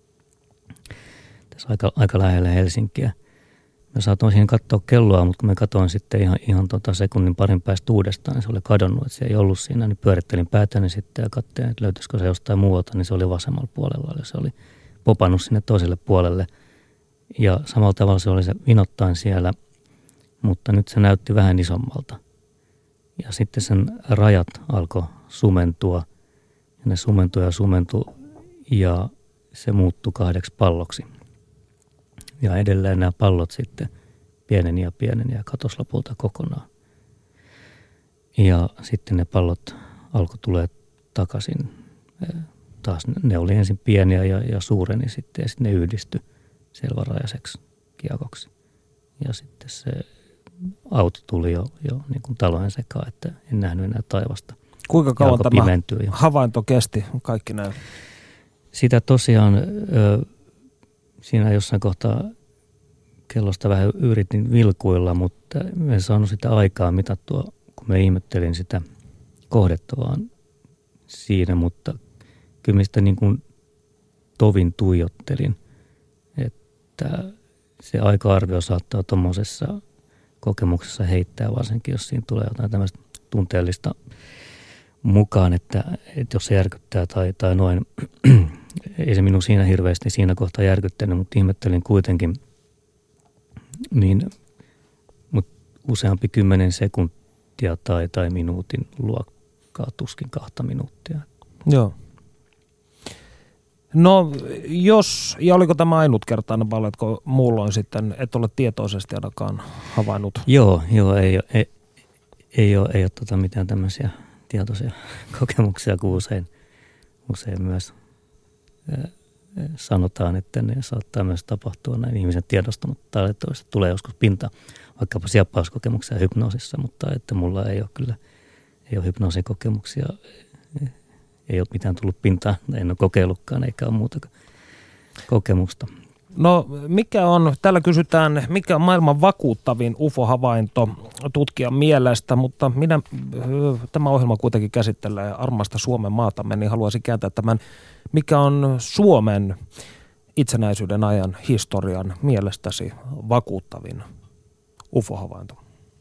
Tässä aika, aika lähellä Helsinkiä. Mä saatoin siihen katsoa kelloa, mutta kun mä katsoin sitten ihan, ihan tota sekunnin parin päästä uudestaan, niin se oli kadonnut, että se ei ollut siinä. Niin pyörittelin päätäni sitten ja katsoin, että löytyisikö se jostain muualta, niin se oli vasemmalla puolella. Eli se oli popannut sinne toiselle puolelle. Ja samalla tavalla se oli se vinottain siellä, mutta nyt se näytti vähän isommalta. Ja sitten sen rajat alkoi sumentua. Ja ne sumentui ja sumentui ja se muuttui kahdeksi palloksi. Ja edelleen nämä pallot sitten pieneni ja pieneni ja katosi lopulta kokonaan. Ja sitten ne pallot alkoi tulee takaisin. Taas ne oli ensin pieniä ja, ja suureni sitten ja sitten ne yhdistyi selvarajaiseksi kiekoksi. Ja sitten se auto tuli jo, jo niin kuin talojen sekaan, että en nähnyt enää taivasta. Kuinka kauan tämä pimentyä. havainto kesti kaikki nämä? Sitä tosiaan ö, siinä jossain kohtaa kellosta vähän yritin vilkuilla, mutta en saanut sitä aikaa mitattua, kun mä ihmettelin sitä kohdetta vaan siinä, mutta kyllä mistä niin kuin tovin tuijottelin, että se aika-arvio saattaa tuommoisessa kokemuksessa heittää, varsinkin jos siinä tulee jotain tämmöistä tunteellista mukaan, että, että jos se järkyttää tai, tai noin. Ei se minun siinä hirveästi siinä kohtaa järkyttänyt, mutta ihmettelin kuitenkin niin, mutta useampi kymmenen sekuntia tai, tai minuutin luokkaa, tuskin kahta minuuttia. Joo. No jos, ja oliko tämä ainutkertainen paljon, että muulloin sitten et ole tietoisesti ainakaan havainnut? Joo, joo ei, ei, ei ole, ei ole tota mitään tämmöisiä tietoisia kokemuksia, kun usein, usein myös sanotaan, että ne saattaa myös tapahtua näin ihmisen tiedostunut tai että tulee joskus pinta, vaikkapa sieppauskokemuksia hypnoosissa, mutta että mulla ei ole kyllä, ei ole hypnoosikokemuksia, ei ole mitään tullut pintaan, en ole kokeillutkaan eikä ole muuta kokemusta. No mikä on, täällä kysytään, mikä on maailman vakuuttavin U F O-havainto tutkijan mielestä, mutta minä, tämä ohjelma kuitenkin käsittelee armasta Suomen maatamme, niin haluaisin kääntää tämän, mikä on Suomen itsenäisyyden ajan historian mielestäsi vakuuttavin U F O-havainto?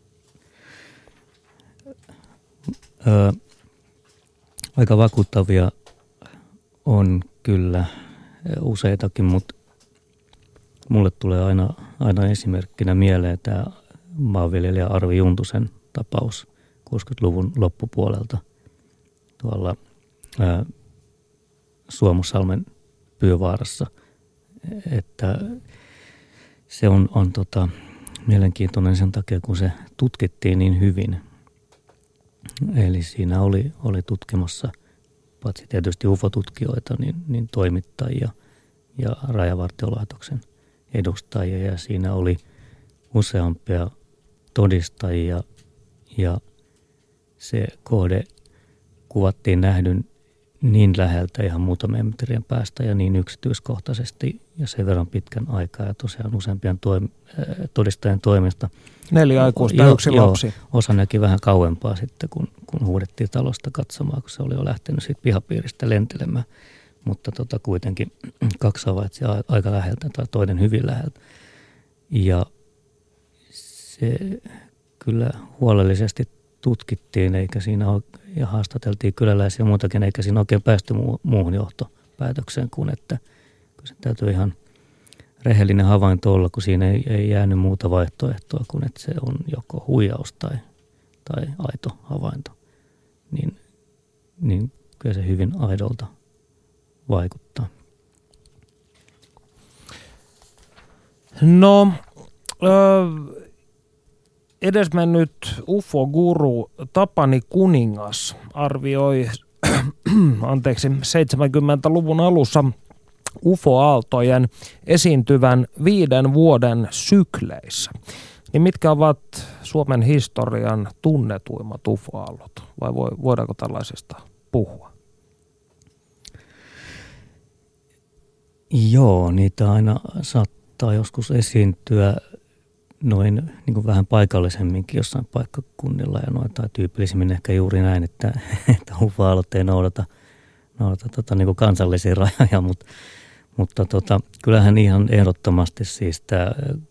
Öö, aika vakuuttavia on kyllä useitakin, mutta mulle tulee aina, aina esimerkkinä mieleen tämä maanviljelijä Arvi Juntusen tapaus kuusikymmentäluvun loppupuolelta tuolla ää, Suomussalmen Pyövaarassa. Että se on, on tota, mielenkiintoinen sen takia, kun se tutkittiin niin hyvin. Eli siinä oli, oli tutkimassa paitsi tietysti U F O-tutkijoita, niin, niin toimittajia ja Rajavartiolaitoksen edustajia ja siinä oli useampia todistajia ja se kohde kuvattiin nähdyn niin läheltä ihan muutamien metrien päästä ja niin yksityiskohtaisesti ja sen verran pitkän aikaa ja tosiaan useampien toim- todistajien toimesta. Neljä aikuista ja yksi lapsi. Joo, osa näki vähän kauempaa sitten, kun, kun huudettiin talosta katsomaan, kun se oli jo lähtenyt siitä pihapiiristä lentelemään. Mutta tota, kuitenkin kaksi havaitsi aika läheltä tai toinen hyvin läheltä. Ja se kyllä huolellisesti tutkittiin eikä siinä ole, ja haastateltiin kyläläisiä ja muutakin, eikä siinä oikein päästy muuhun johtopäätökseen kuin, että se täytyy ihan rehellinen havainto olla, kun siinä ei, ei jäänyt muuta vaihtoehtoa kuin, että se on joko huijaus tai tai aito havainto, niin, niin kyllä se hyvin aidolta vaikuttaa. No, ö, edesmennyt U F O-guru Tapani Kuningas arvioi anteeksi, seitsemänkymmentäluvun alussa U F O-aaltojen esiintyvän viiden vuoden sykleissä. Niin mitkä ovat Suomen historian tunnetuimmat U F O-aallot? Vai voidaanko tällaisista puhua? Joo, niitä aina saattaa joskus esiintyä noin niin kuin vähän paikallisemminkin jossain paikkakunnilla ja noin, tai tyypillisimmin ehkä juuri näin, että, että U F O-aallot ei noudata, noudata tota, niin kuin kansallisia rajoja, mutta, mutta tota, kyllähän ihan ehdottomasti siis tämä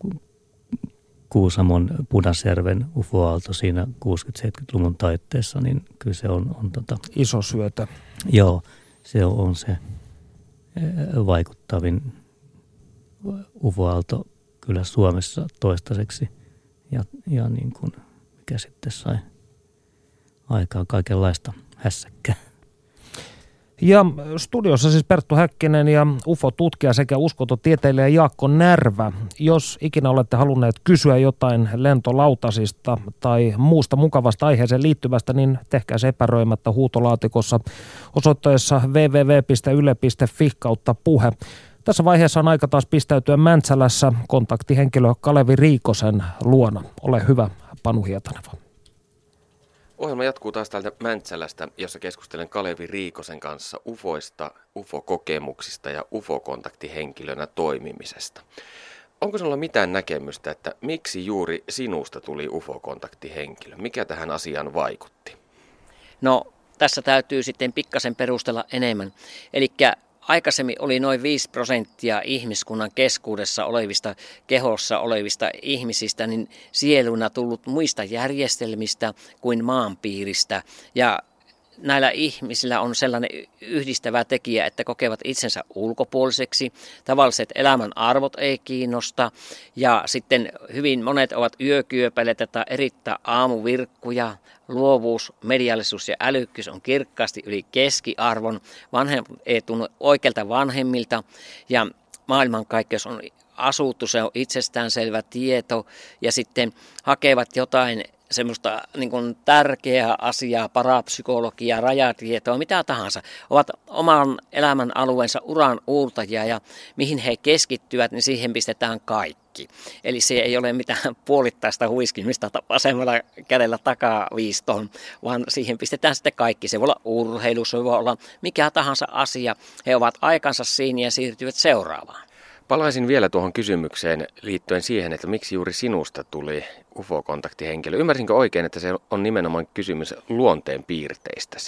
Kuusamon Pudasjärven U F O-aalto siinä kuusikymmentä-seitsemänkymmentäluvun taitteessa, niin kyllä se on... on tota, iso syötä. Joo, se on, on se vaikuttavin U F O-aalto kyllä Suomessa toistaiseksi ja, ja niin kuin, mikä sitten sai aikaa kaikenlaista hässäkkää. Ja studiossa siis Perttu Häkkinen ja U F O-tutkija sekä uskontotieteilijä Jaakko Närvä. Jos ikinä olette halunneet kysyä jotain lentolautasista tai muusta mukavasta aiheeseen liittyvästä, niin tehkää se epäröimättä huutolaatikossa osoitteessa double-u double-u double-u piste yle piste fi kautta puhe. Tässä vaiheessa on aika taas pistäytyä Mäntsälässä kontaktihenkilö Kalevi Riikosen luona. Ole hyvä, Panu Hietaneva. Ohjelma jatkuu taas täältä Mäntsälästä, jossa keskustelen Kalevi Riikosen kanssa ufoista, ufo-kokemuksista ja ufo-kontaktihenkilönä toimimisesta. Onko sinulla mitään näkemystä, että miksi juuri sinusta tuli ufo-kontaktihenkilö? Mikä tähän asiaan vaikutti? No, tässä täytyy sitten pikkasen perustella enemmän. Elikkä aikaisemmin oli noin viisi prosenttia ihmiskunnan keskuudessa olevista, kehossa olevista ihmisistä, niin sieluna tullut muista järjestelmistä kuin maanpiiristä. Ja näillä ihmisillä on sellainen yhdistävä tekijä, että kokevat itsensä ulkopuoliseksi. Tavalliset elämän arvot ei kiinnosta. Ja sitten hyvin monet ovat yökyöpäileitä tai erittäin aamuvirkkuja. Luovuus, mediallisuus ja älykkyys on kirkkaasti yli keskiarvon. Vanhemmat ei tunnu oikealta vanhemmilta ja maailmankaikkeus on asuttu, se on itsestäänselvä tieto ja sitten hakevat jotain semmoista niin kuin tärkeää asiaa, parapsykologiaa, rajatietoa, mitä tahansa. Ovat oman elämän alueensa uran uurtajia ja mihin he keskittyvät, niin siihen pistetään kaikki. Eli se ei ole mitään puolittaista huiskimista vasemmalla kädellä takaviistoon, vaan siihen pistetään sitten kaikki. Se voi olla urheilu, se voi olla mikä tahansa asia. He ovat aikansa siinä ja siirtyvät seuraavaan. Palaisin vielä tuohon kysymykseen liittyen siihen, että miksi juuri sinusta tuli ufo-kontaktihenkilö. Ymmärsinkö oikein, että se on nimenomaan kysymys luonteen piirteistäsi?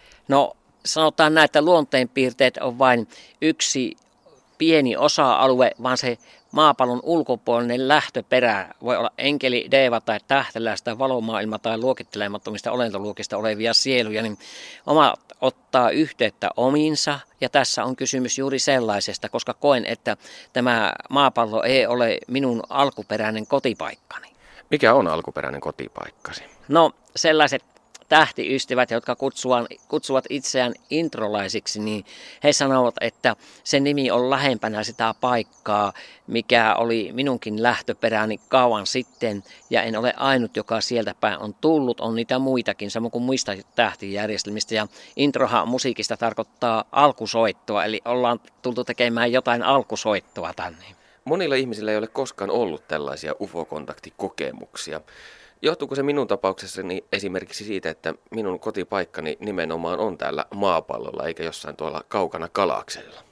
No sanotaan näin, että luonteen piirteet on vain yksi pieni osa-alue, vaan se maapallon ulkopuolinen lähtöperä voi olla enkeli, deeva tai tähteläistä, valomaailma tai luokittelemattomista olentoluokista olevia sieluja, niin oma ottaa yhteyttä omiinsa. Ja tässä on kysymys juuri sellaisesta, koska koen, että tämä maapallo ei ole minun alkuperäinen kotipaikkani. Mikä on alkuperäinen kotipaikkasi? No sellaiset tähtiystävät, jotka kutsuvat, kutsuvat itseään introlaisiksi, niin he sanovat, että sen nimi on lähempänä sitä paikkaa, mikä oli minunkin lähtöperäni kauan sitten, ja en ole ainut, joka sieltä päin on tullut, on niitä muitakin, samoin kuin muista tähtijärjestelmistä, ja introhan musiikista tarkoittaa alkusoittoa, eli ollaan tultu tekemään jotain alkusoittoa tänne. Monilla ihmisillä ei ole koskaan ollut tällaisia ufo-kontaktikokemuksia. Johtuuko se minun tapauksessani esimerkiksi siitä, että minun kotipaikkani nimenomaan on täällä maapallolla eikä jossain tuolla kaukana Galaksella?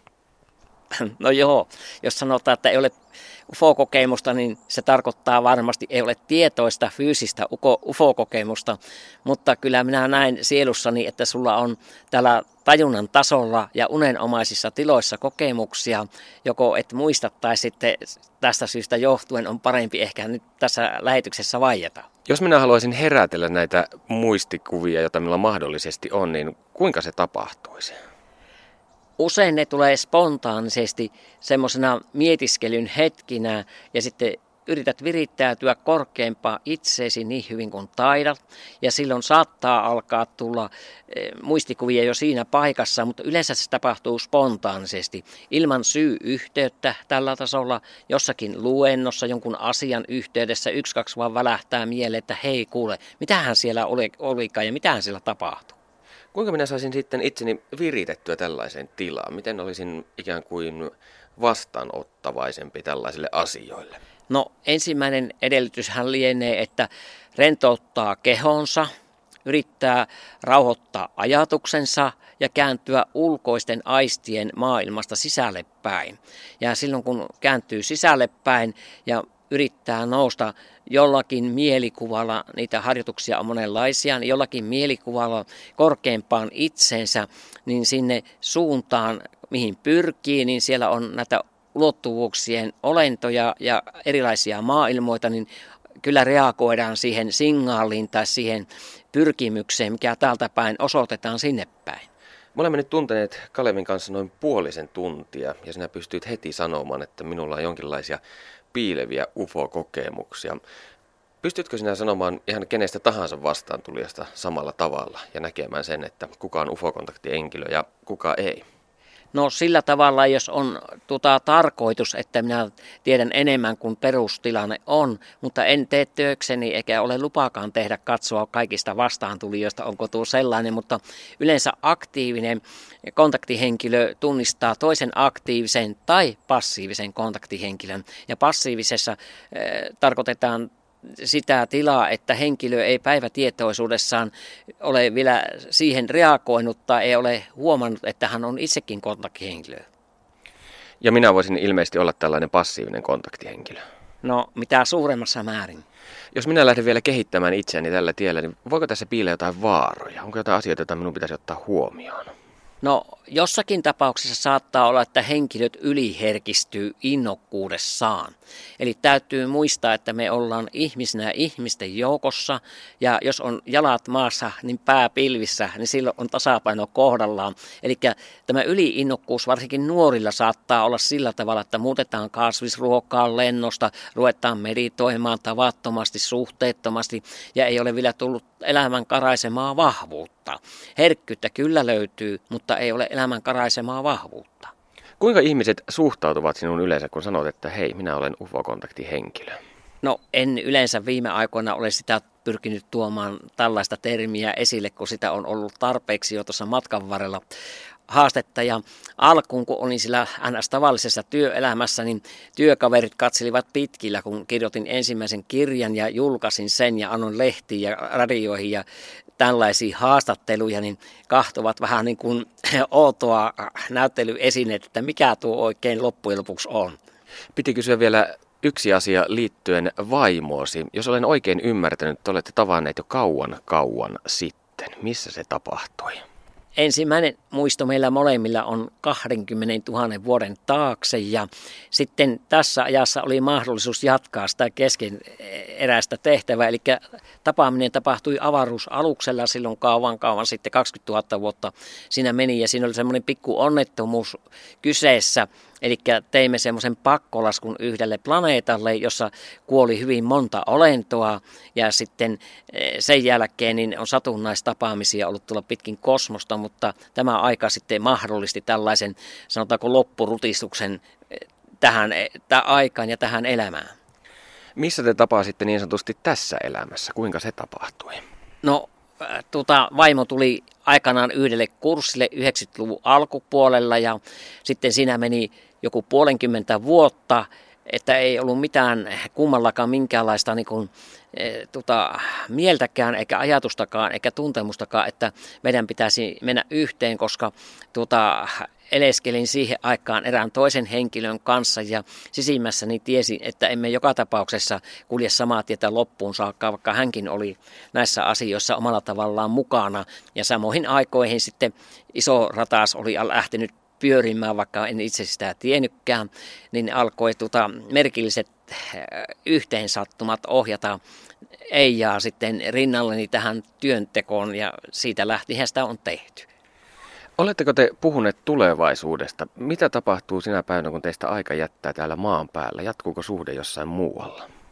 No joo, jos sanotaan, että ei ole U F O-kokemusta, niin se tarkoittaa varmasti, ei ole tietoista fyysistä U F O-kokemusta, mutta kyllä minä näin sielussani, että sulla on täällä tajunnan tasolla ja unenomaisissa tiloissa kokemuksia, joko et muista tai sitten tästä syystä johtuen on parempi ehkä nyt tässä lähetyksessä vaieta. Jos minä haluaisin herätellä näitä muistikuvia, joita minulla mahdollisesti on, niin kuinka se tapahtuisi? Usein ne tulee spontaanisesti semmoisena mietiskelyn hetkinä ja sitten yrität virittäytyä korkeampaa itseesi niin hyvin kuin taidat, ja silloin saattaa alkaa tulla muistikuvia jo siinä paikassa, mutta yleensä se tapahtuu spontaanisesti, ilman syy-yhteyttä tällä tasolla, jossakin luennossa, jonkun asian yhteydessä, yksi, kaksi vaan välähtää mieleen, että hei kuule, mitähän siellä oli, olikaan ja mitähän siellä tapahtui. Kuinka minä saisin sitten itseni viritettyä tällaiseen tilaan? Miten olisin ikään kuin vastaanottavaisempi tällaisille asioille? No ensimmäinen edellytyshän lienee, että rentouttaa kehonsa, yrittää rauhoittaa ajatuksensa ja kääntyä ulkoisten aistien maailmasta sisälle päin. Ja silloin kun kääntyy sisälle päin ja yrittää nousta jollakin mielikuvalla, niitä harjoituksia on monenlaisia, niin jollakin mielikuvalla korkeampaan itseensä, niin sinne suuntaan, mihin pyrkii, niin siellä on näitä ulottuvuuksien olentoja ja erilaisia maailmoita, niin kyllä reagoidaan siihen signaaliin tai siihen pyrkimykseen, mikä täältä päin osoitetaan sinne päin. Me olemme nyt tunteneet Kalevin kanssa noin puolisen tuntia ja sinä pystyt heti sanomaan, että minulla on jonkinlaisia piileviä U F O-kokemuksia. Pystytkö sinä sanomaan ihan kenestä tahansa vastaantulijasta samalla tavalla ja näkemään sen, että kuka on U F O-kontaktihenkilö ja kuka ei? No sillä tavalla, jos on tuota, tarkoitus, että minä tiedän enemmän kuin perustilanne on, mutta en tee työkseni eikä ole lupaakaan tehdä katsoa kaikista vastaantulijoista, onko tuo sellainen, mutta yleensä aktiivinen kontaktihenkilö tunnistaa toisen aktiivisen tai passiivisen kontaktihenkilön. Ja passiivisessa äh, tarkoitetaan sitä tilaa, että henkilö ei päivätietoisuudessaan ole vielä siihen reagoinut tai ei ole huomannut, että hän on itsekin kontaktihenkilö. Ja minä voisin ilmeisesti olla tällainen passiivinen kontaktihenkilö. No, mitä suuremmassa määrin. Jos minä lähden vielä kehittämään itseäni tällä tiellä, niin voiko tässä piillä jotain vaaroja? Onko jotain asioita, joita minun pitäisi ottaa huomioon? No, jossakin tapauksessa saattaa olla, että henkilöt yliherkistyy innokkuudessaan. Eli täytyy muistaa, että me ollaan ihmisinä ihmisten joukossa, ja jos on jalat maassa, niin pää pilvissä, niin silloin on tasapaino kohdallaan. Eli tämä yliinnokkuus varsinkin nuorilla saattaa olla sillä tavalla, että muutetaan kasvisruokaa lennosta, ruvetaan meditoimaan tavattomasti, suhteettomasti, ja ei ole vielä tullut elämän karaisemaa vahvuutta. Herkkyyttä kyllä löytyy, mutta ei ole elämän karaisemaa vahvuutta. Kuinka ihmiset suhtautuvat sinun yleensä, kun sanot, että hei, minä olen U F O-kontaktihenkilö? No en yleensä viime aikoina ole sitä pyrkinyt tuomaan tällaista termiä esille, kun sitä on ollut tarpeeksi jo tuossa matkan varrella haastetta. Ja alkuun, kun olin sillä N S-tavallisessa työelämässä, niin työkaverit katselivat pitkillä, kun kirjoitin ensimmäisen kirjan ja julkaisin sen ja annoin lehtiin ja radioihin ja tällaisia haastatteluja, niin kahtovat vähän niin kuin outoa näyttelyesineet, että mikä tuo oikein loppujen lopuksi on. Piti kysyä vielä yksi asia liittyen vaimoosi. Jos olen oikein ymmärtänyt, että olette tavanneet jo kauan kauan sitten. Missä se tapahtui? Ensimmäinen muisto meillä molemmilla on kaksikymmentätuhatta vuoden taakse, ja sitten tässä ajassa oli mahdollisuus jatkaa sitä keskeneräistä tehtävää, eli tapaaminen tapahtui avaruusaluksella silloin kauan kauan sitten kaksikymmentätuhatta vuotta siinä meni, ja siinä oli semmoinen pikku onnettomuus kyseessä. Eli teimme semmoisen pakkolaskun yhdelle planeetalle, jossa kuoli hyvin monta olentoa, ja sitten sen jälkeen niin on satunnaistapaamisia ollut tulla pitkin kosmosta, mutta tämä aika sitten mahdollisti tällaisen, sanotaanko loppurutistuksen tähän, tähän aikaan ja tähän elämään. Missä te tapasitte niin sanotusti tässä elämässä? Kuinka se tapahtui? No, tuota, vaimo tuli aikanaan yhdelle kurssille yhdeksänkymmentäluvun alkupuolella, ja sitten siinä meni joku puolenkymmentä vuotta, että ei ollut mitään kummallakaan minkäänlaista niin kuin, e, tota, mieltäkään, eikä ajatustakaan, eikä tuntemustakaan, että meidän pitäisi mennä yhteen, koska tota, eleskelin siihen aikaan erään toisen henkilön kanssa, ja sisimmässäni tiesin, että emme joka tapauksessa kulje samaa tietä loppuun saakka, vaikka hänkin oli näissä asioissa omalla tavallaan mukana, ja samoihin aikoihin sitten iso ratas oli lähtenyt pyörimään, vaikka en itse sitä tiennytkään, niin alkoi tuota merkilliset yhteensattumat ohjata Eijaa sitten rinnalleni tähän työntekoon, ja siitä lähtien sitä on tehty. Oletteko te puhuneet tulevaisuudesta? Mitä tapahtuu sinä päivänä, kun teistä aika jättää täällä maan päällä? Jatkuuko suhde jossain muualla?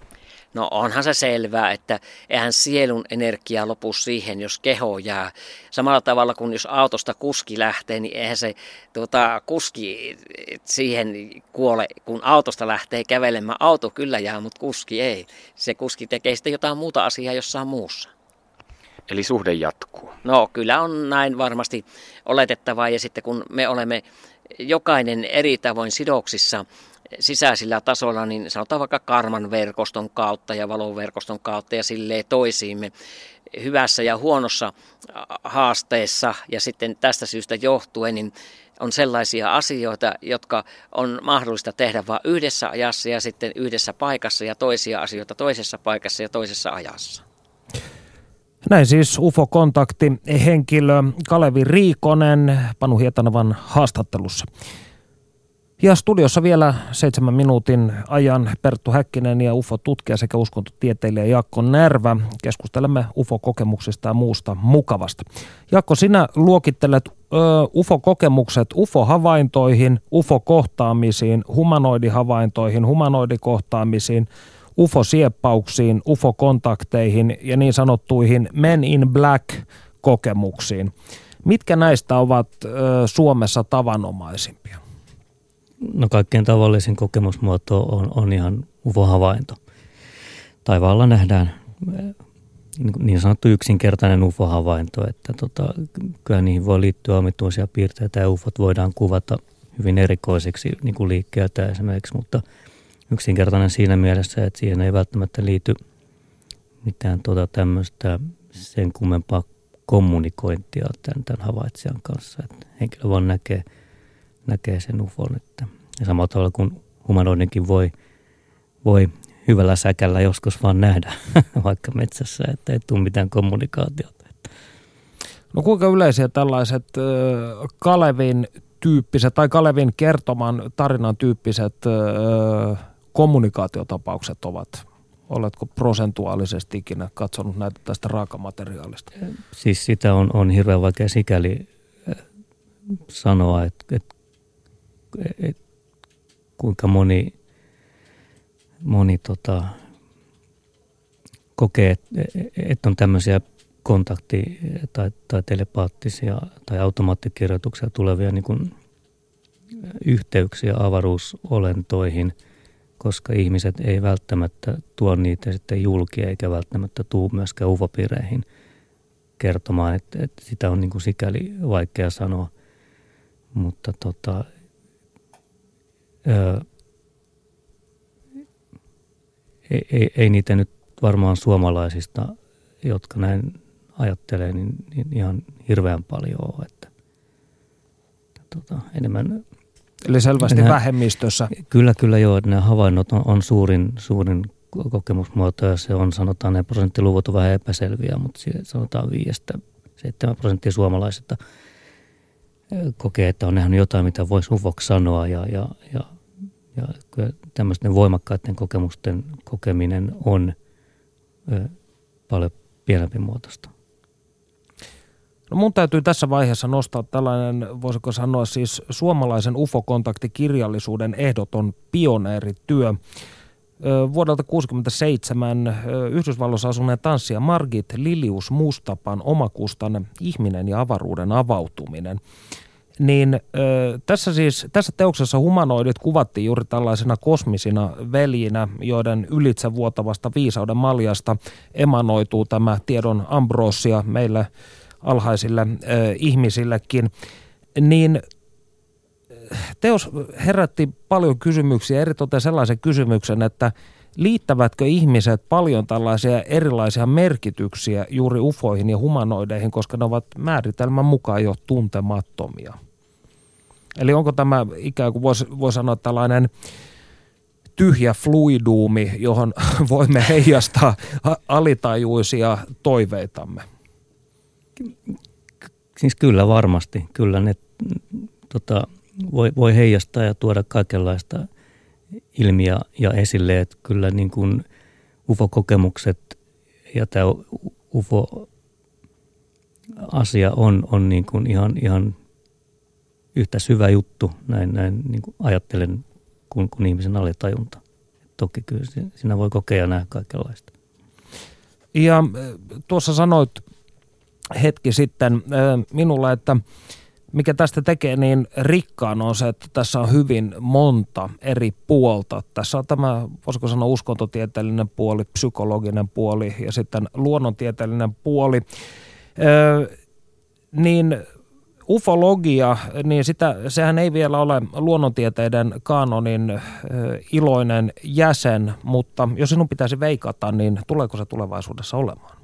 No onhan se selvää, että eihän sielun energia lopu siihen, jos keho jää. Samalla tavalla kuin jos autosta kuski lähtee, niin eihän se tuota, kuski siihen kuole, kun autosta lähtee kävelemään. Auto kyllä jää, mutta kuski ei. Se kuski tekee sitten jotain muuta asiaa jossain muussa. Eli suhde jatkuu. No kyllä on näin varmasti oletettavaa, ja sitten kun me olemme jokainen eri tavoin sidoksissa sisäisillä tasolla, niin sanotaan vaikka karman verkoston kautta ja valoverkoston kautta ja silleen toisiimme hyvässä ja huonossa haasteessa, ja sitten tästä syystä johtuen niin on sellaisia asioita, jotka on mahdollista tehdä vain yhdessä ajassa ja sitten yhdessä paikassa, ja toisia asioita toisessa paikassa ja toisessa ajassa. Näin siis U F O-kontaktihenkilö Kalevi Riikonen Panu Hietanovan haastattelussa. Ja studiossa vielä seitsemän minuutin ajan Perttu Häkkinen ja U F O-tutkija sekä uskontotieteilijä Jaakko Närvä. Keskustelemme U F O-kokemuksista ja muusta mukavasta. Jaakko, sinä luokittelet ö, U F O-kokemukset U F O-havaintoihin, U F O-kohtaamisiin, humanoidihavaintoihin, humanoidikohtaamisiin, U F O-sieppauksiin, U F O-kontakteihin ja niin sanottuihin Men in Black-kokemuksiin. Mitkä näistä ovat ö, Suomessa tavanomaisimpia? No kaikkein tavallisin kokemusmuoto on, on ihan U F O-havainto. Taivaalla nähdään niin sanottu yksinkertainen U F O-havainto, että tota, kyllä niihin voi liittyä omituisia piirteitä ja U F Ot voidaan kuvata hyvin erikoisiksi niin kuin liikkeeltä esimerkiksi, mutta yksinkertainen siinä mielessä, että siihen ei välttämättä liity mitään tota tämmöistä sen kummempaa kommunikointia tämän, tämän havaitsijan kanssa. Että henkilö vaan näkee, näkee sen U F On. Että, ja samalla tavalla kuin humanoidinkin voi, voi hyvällä säkällä joskus vaan nähdä vaikka metsässä, että ei tule mitään kommunikaatiota. No kuinka yleisiä tällaiset äh, Kalevin tyyppiset tai Kalevin kertoman tarinan tyyppiset äh, kommunikaatiotapaukset ovat? Oletko prosentuaalisesti ikinä katsonut näitä tästä raakamateriaalista? Siis sitä on, on hirveän vaikea sikäli sanoa, että, että, että kuinka moni, moni tota, kokee, että, että on tämmöisiä kontakti- tai, tai telepaattisia tai automaattikirjoituksia tulevia niin kuin yhteyksiä avaruusolentoihin, koska ihmiset ei välttämättä tuo niitä sitten julki eikä välttämättä tuu myöskään U F O-piireihin kertomaan, että, että sitä on niin kuin sikäli vaikea sanoa, mutta tota, ää, ei, ei, ei niitä nyt varmaan suomalaisista, jotka näin ajattelee, niin, niin ihan hirveän paljon ole, että, että tota, enemmän. Eli selvästi nämä, vähemmistössä. Kyllä, kyllä joo, että nämä havainnot on, on suurin, suurin kokemusmuoto ja se on, sanotaan, ne prosenttiluvut on vähän epäselviä, mutta sanotaan viidestä seitsemän prosenttia suomalaisista kokee, että on nähnyt jotain, mitä voisi U F Oksi sanoa ja, ja, ja, ja kyllä tämmöisten voimakkaiden kokemusten kokeminen on ö, paljon pienempi muotoista. No mun täytyy tässä vaiheessa nostaa tällainen, voisiko sanoa siis suomalaisen U F O-kontaktikirjallisuuden ehdoton pioneerityö. Vuodelta tuhatyhdeksänsataakuusikymmentäseitsemän Yhdysvalloissa asuneen tanssija Margit Lilius Mustapan omakustanne Ihminen ja avaruuden avautuminen. Niin tässä siis, tässä teoksessa humanoidit kuvattiin juuri tällaisena kosmisina veljinä, joiden ylitse vuotavasta viisauden maljasta emanoituu tämä tiedon ambroosia meille alhaisille äh, ihmisillekin, niin teos herätti paljon kysymyksiä, eritoten sellaisen kysymyksen, että liittävätkö ihmiset paljon tällaisia erilaisia merkityksiä juuri ufoihin ja humanoideihin, koska ne ovat määritelmän mukaan jo tuntemattomia. Eli onko tämä ikään kuin voisi voi sanoa tällainen tyhjä fluiduumi, johon voimme heijastaa alitajuisia toiveitamme? Siis kyllä varmasti. Kyllä ne tota, voi, voi heijastaa ja tuoda kaikenlaista ilmiä ja esille, että kyllä niin kuin U F O-kokemukset ja tämä U F O-asia on, on niin kuin ihan, ihan yhtä syvä juttu, näin, näin niin kuin ajattelen, kuin, kuin ihmisen alitajunta. toki kyllä siinä voi kokea ja nähdä kaikenlaista. Ja tuossa sanoit hetki sitten minulle, että mikä tästä tekee niin rikkaan on se, että tässä on hyvin monta eri puolta. Tässä on tämä, voisiko sanoa, uskontotieteellinen puoli, psykologinen puoli ja sitten luonnontieteellinen puoli. Öö, niin ufologia, niin sitä, sehän ei vielä ole luonnontieteiden kanonin ö, iloinen jäsen, mutta jos sinun pitäisi veikata, niin tuleeko se tulevaisuudessa olemaan?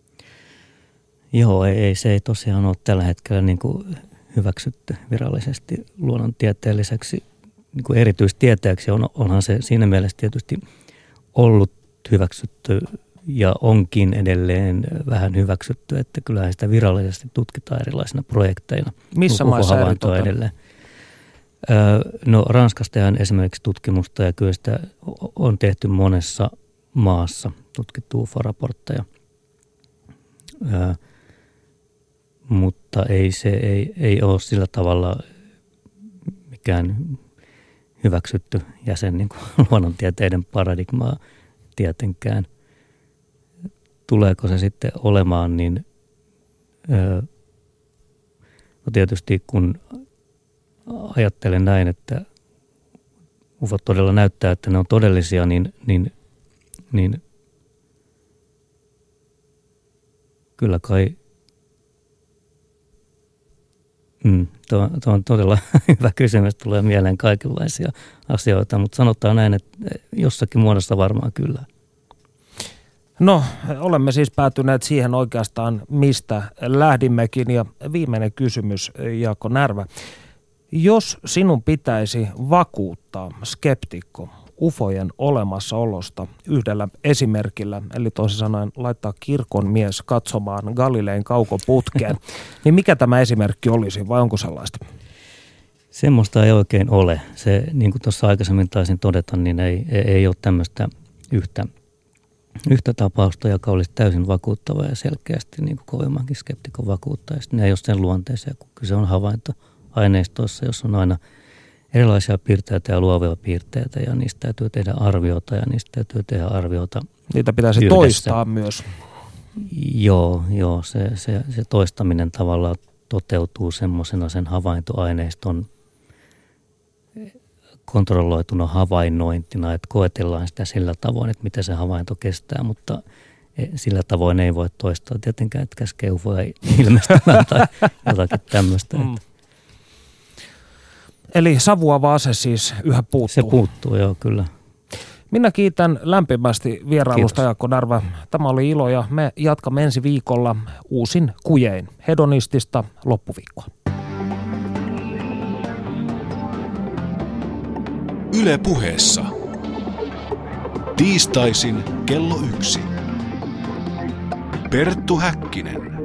Joo, ei, se ei tosiaan ole tällä hetkellä niin kuin hyväksytty virallisesti luonnontieteelliseksi niin kuin erityistieteeksi. On, onhan se siinä mielessä tietysti ollut hyväksytty ja onkin edelleen vähän hyväksytty, että kyllähän sitä virallisesti tutkitaan erilaisina projekteina. Missä maissa eritoten? Edelleen. No Ranskassa tehdään esimerkiksi tutkimusta ja kyllä sitä on tehty monessa maassa, tutkittu U F O-raportteja. Ö, mutta ei se ei, ei ole sillä tavalla mikään hyväksytty jäsen niin kuin luonnontieteiden paradigmaa tietenkään. Tuleeko se sitten olemaan, niin öö, no tietysti kun ajattelen näin, että U F O todella näyttää, että ne on todellisia, niin, niin, niin kyllä kai mm, tuo, tuo on todella hyvä kysymys, tulee mieleen kaikenlaisia asioita, mutta sanotaan näin, että jossakin muodossa varmaan kyllä. No, olemme siis päätyneet siihen oikeastaan, mistä lähdimmekin. Ja viimeinen kysymys, Jaakko Närvä. Jos sinun pitäisi vakuuttaa skeptikko ufojen olemassaolosta yhdellä esimerkillä, eli toisin sanoen laittaa kirkon mies katsomaan Galileen kaukoputkeen, niin mikä tämä esimerkki olisi vai onko sellaista? Semmoista ei oikein ole. Se, niin kuin tuossa aikaisemmin taisin todeta, niin ei, ei ole tämmöistä yhtä Yhtä tapausta, joka olisi täysin vakuuttava ja selkeästi niin kuin kovemmankin skeptikon vakuuttaisi. Ne ei ole sen luonteisia, kun kyse on havaintoaineistoissa, jossa on aina erilaisia piirteitä ja luovia piirteitä ja niistä täytyy tehdä arviota ja niistä täytyy tehdä arviota. Niitä pitäisi yhdessä. Toistaa myös. Joo, joo se, se, se toistaminen tavallaan toteutuu semmoisena sen havaintoaineiston kontrolloituna havainnointina, että koetellaan sitä sillä tavoin, että miten se havainto kestää, mutta sillä tavoin ei voi toistaa tietenkään, että käskee ufoja ilmestymään tai jotakin tämmöistä. Mm. Eli savuava ase siis yhä puuttuu. Se puuttuu, joo, kyllä. Minä kiitän lämpimästi vierailusta, Jaakko Närvä. Tämä oli ilo ja me jatkamme ensi viikolla uusin kujein hedonistista loppuviikkoa. Yle Puheessa. Tiistaisin kello yksi. Perttu Häkkinen.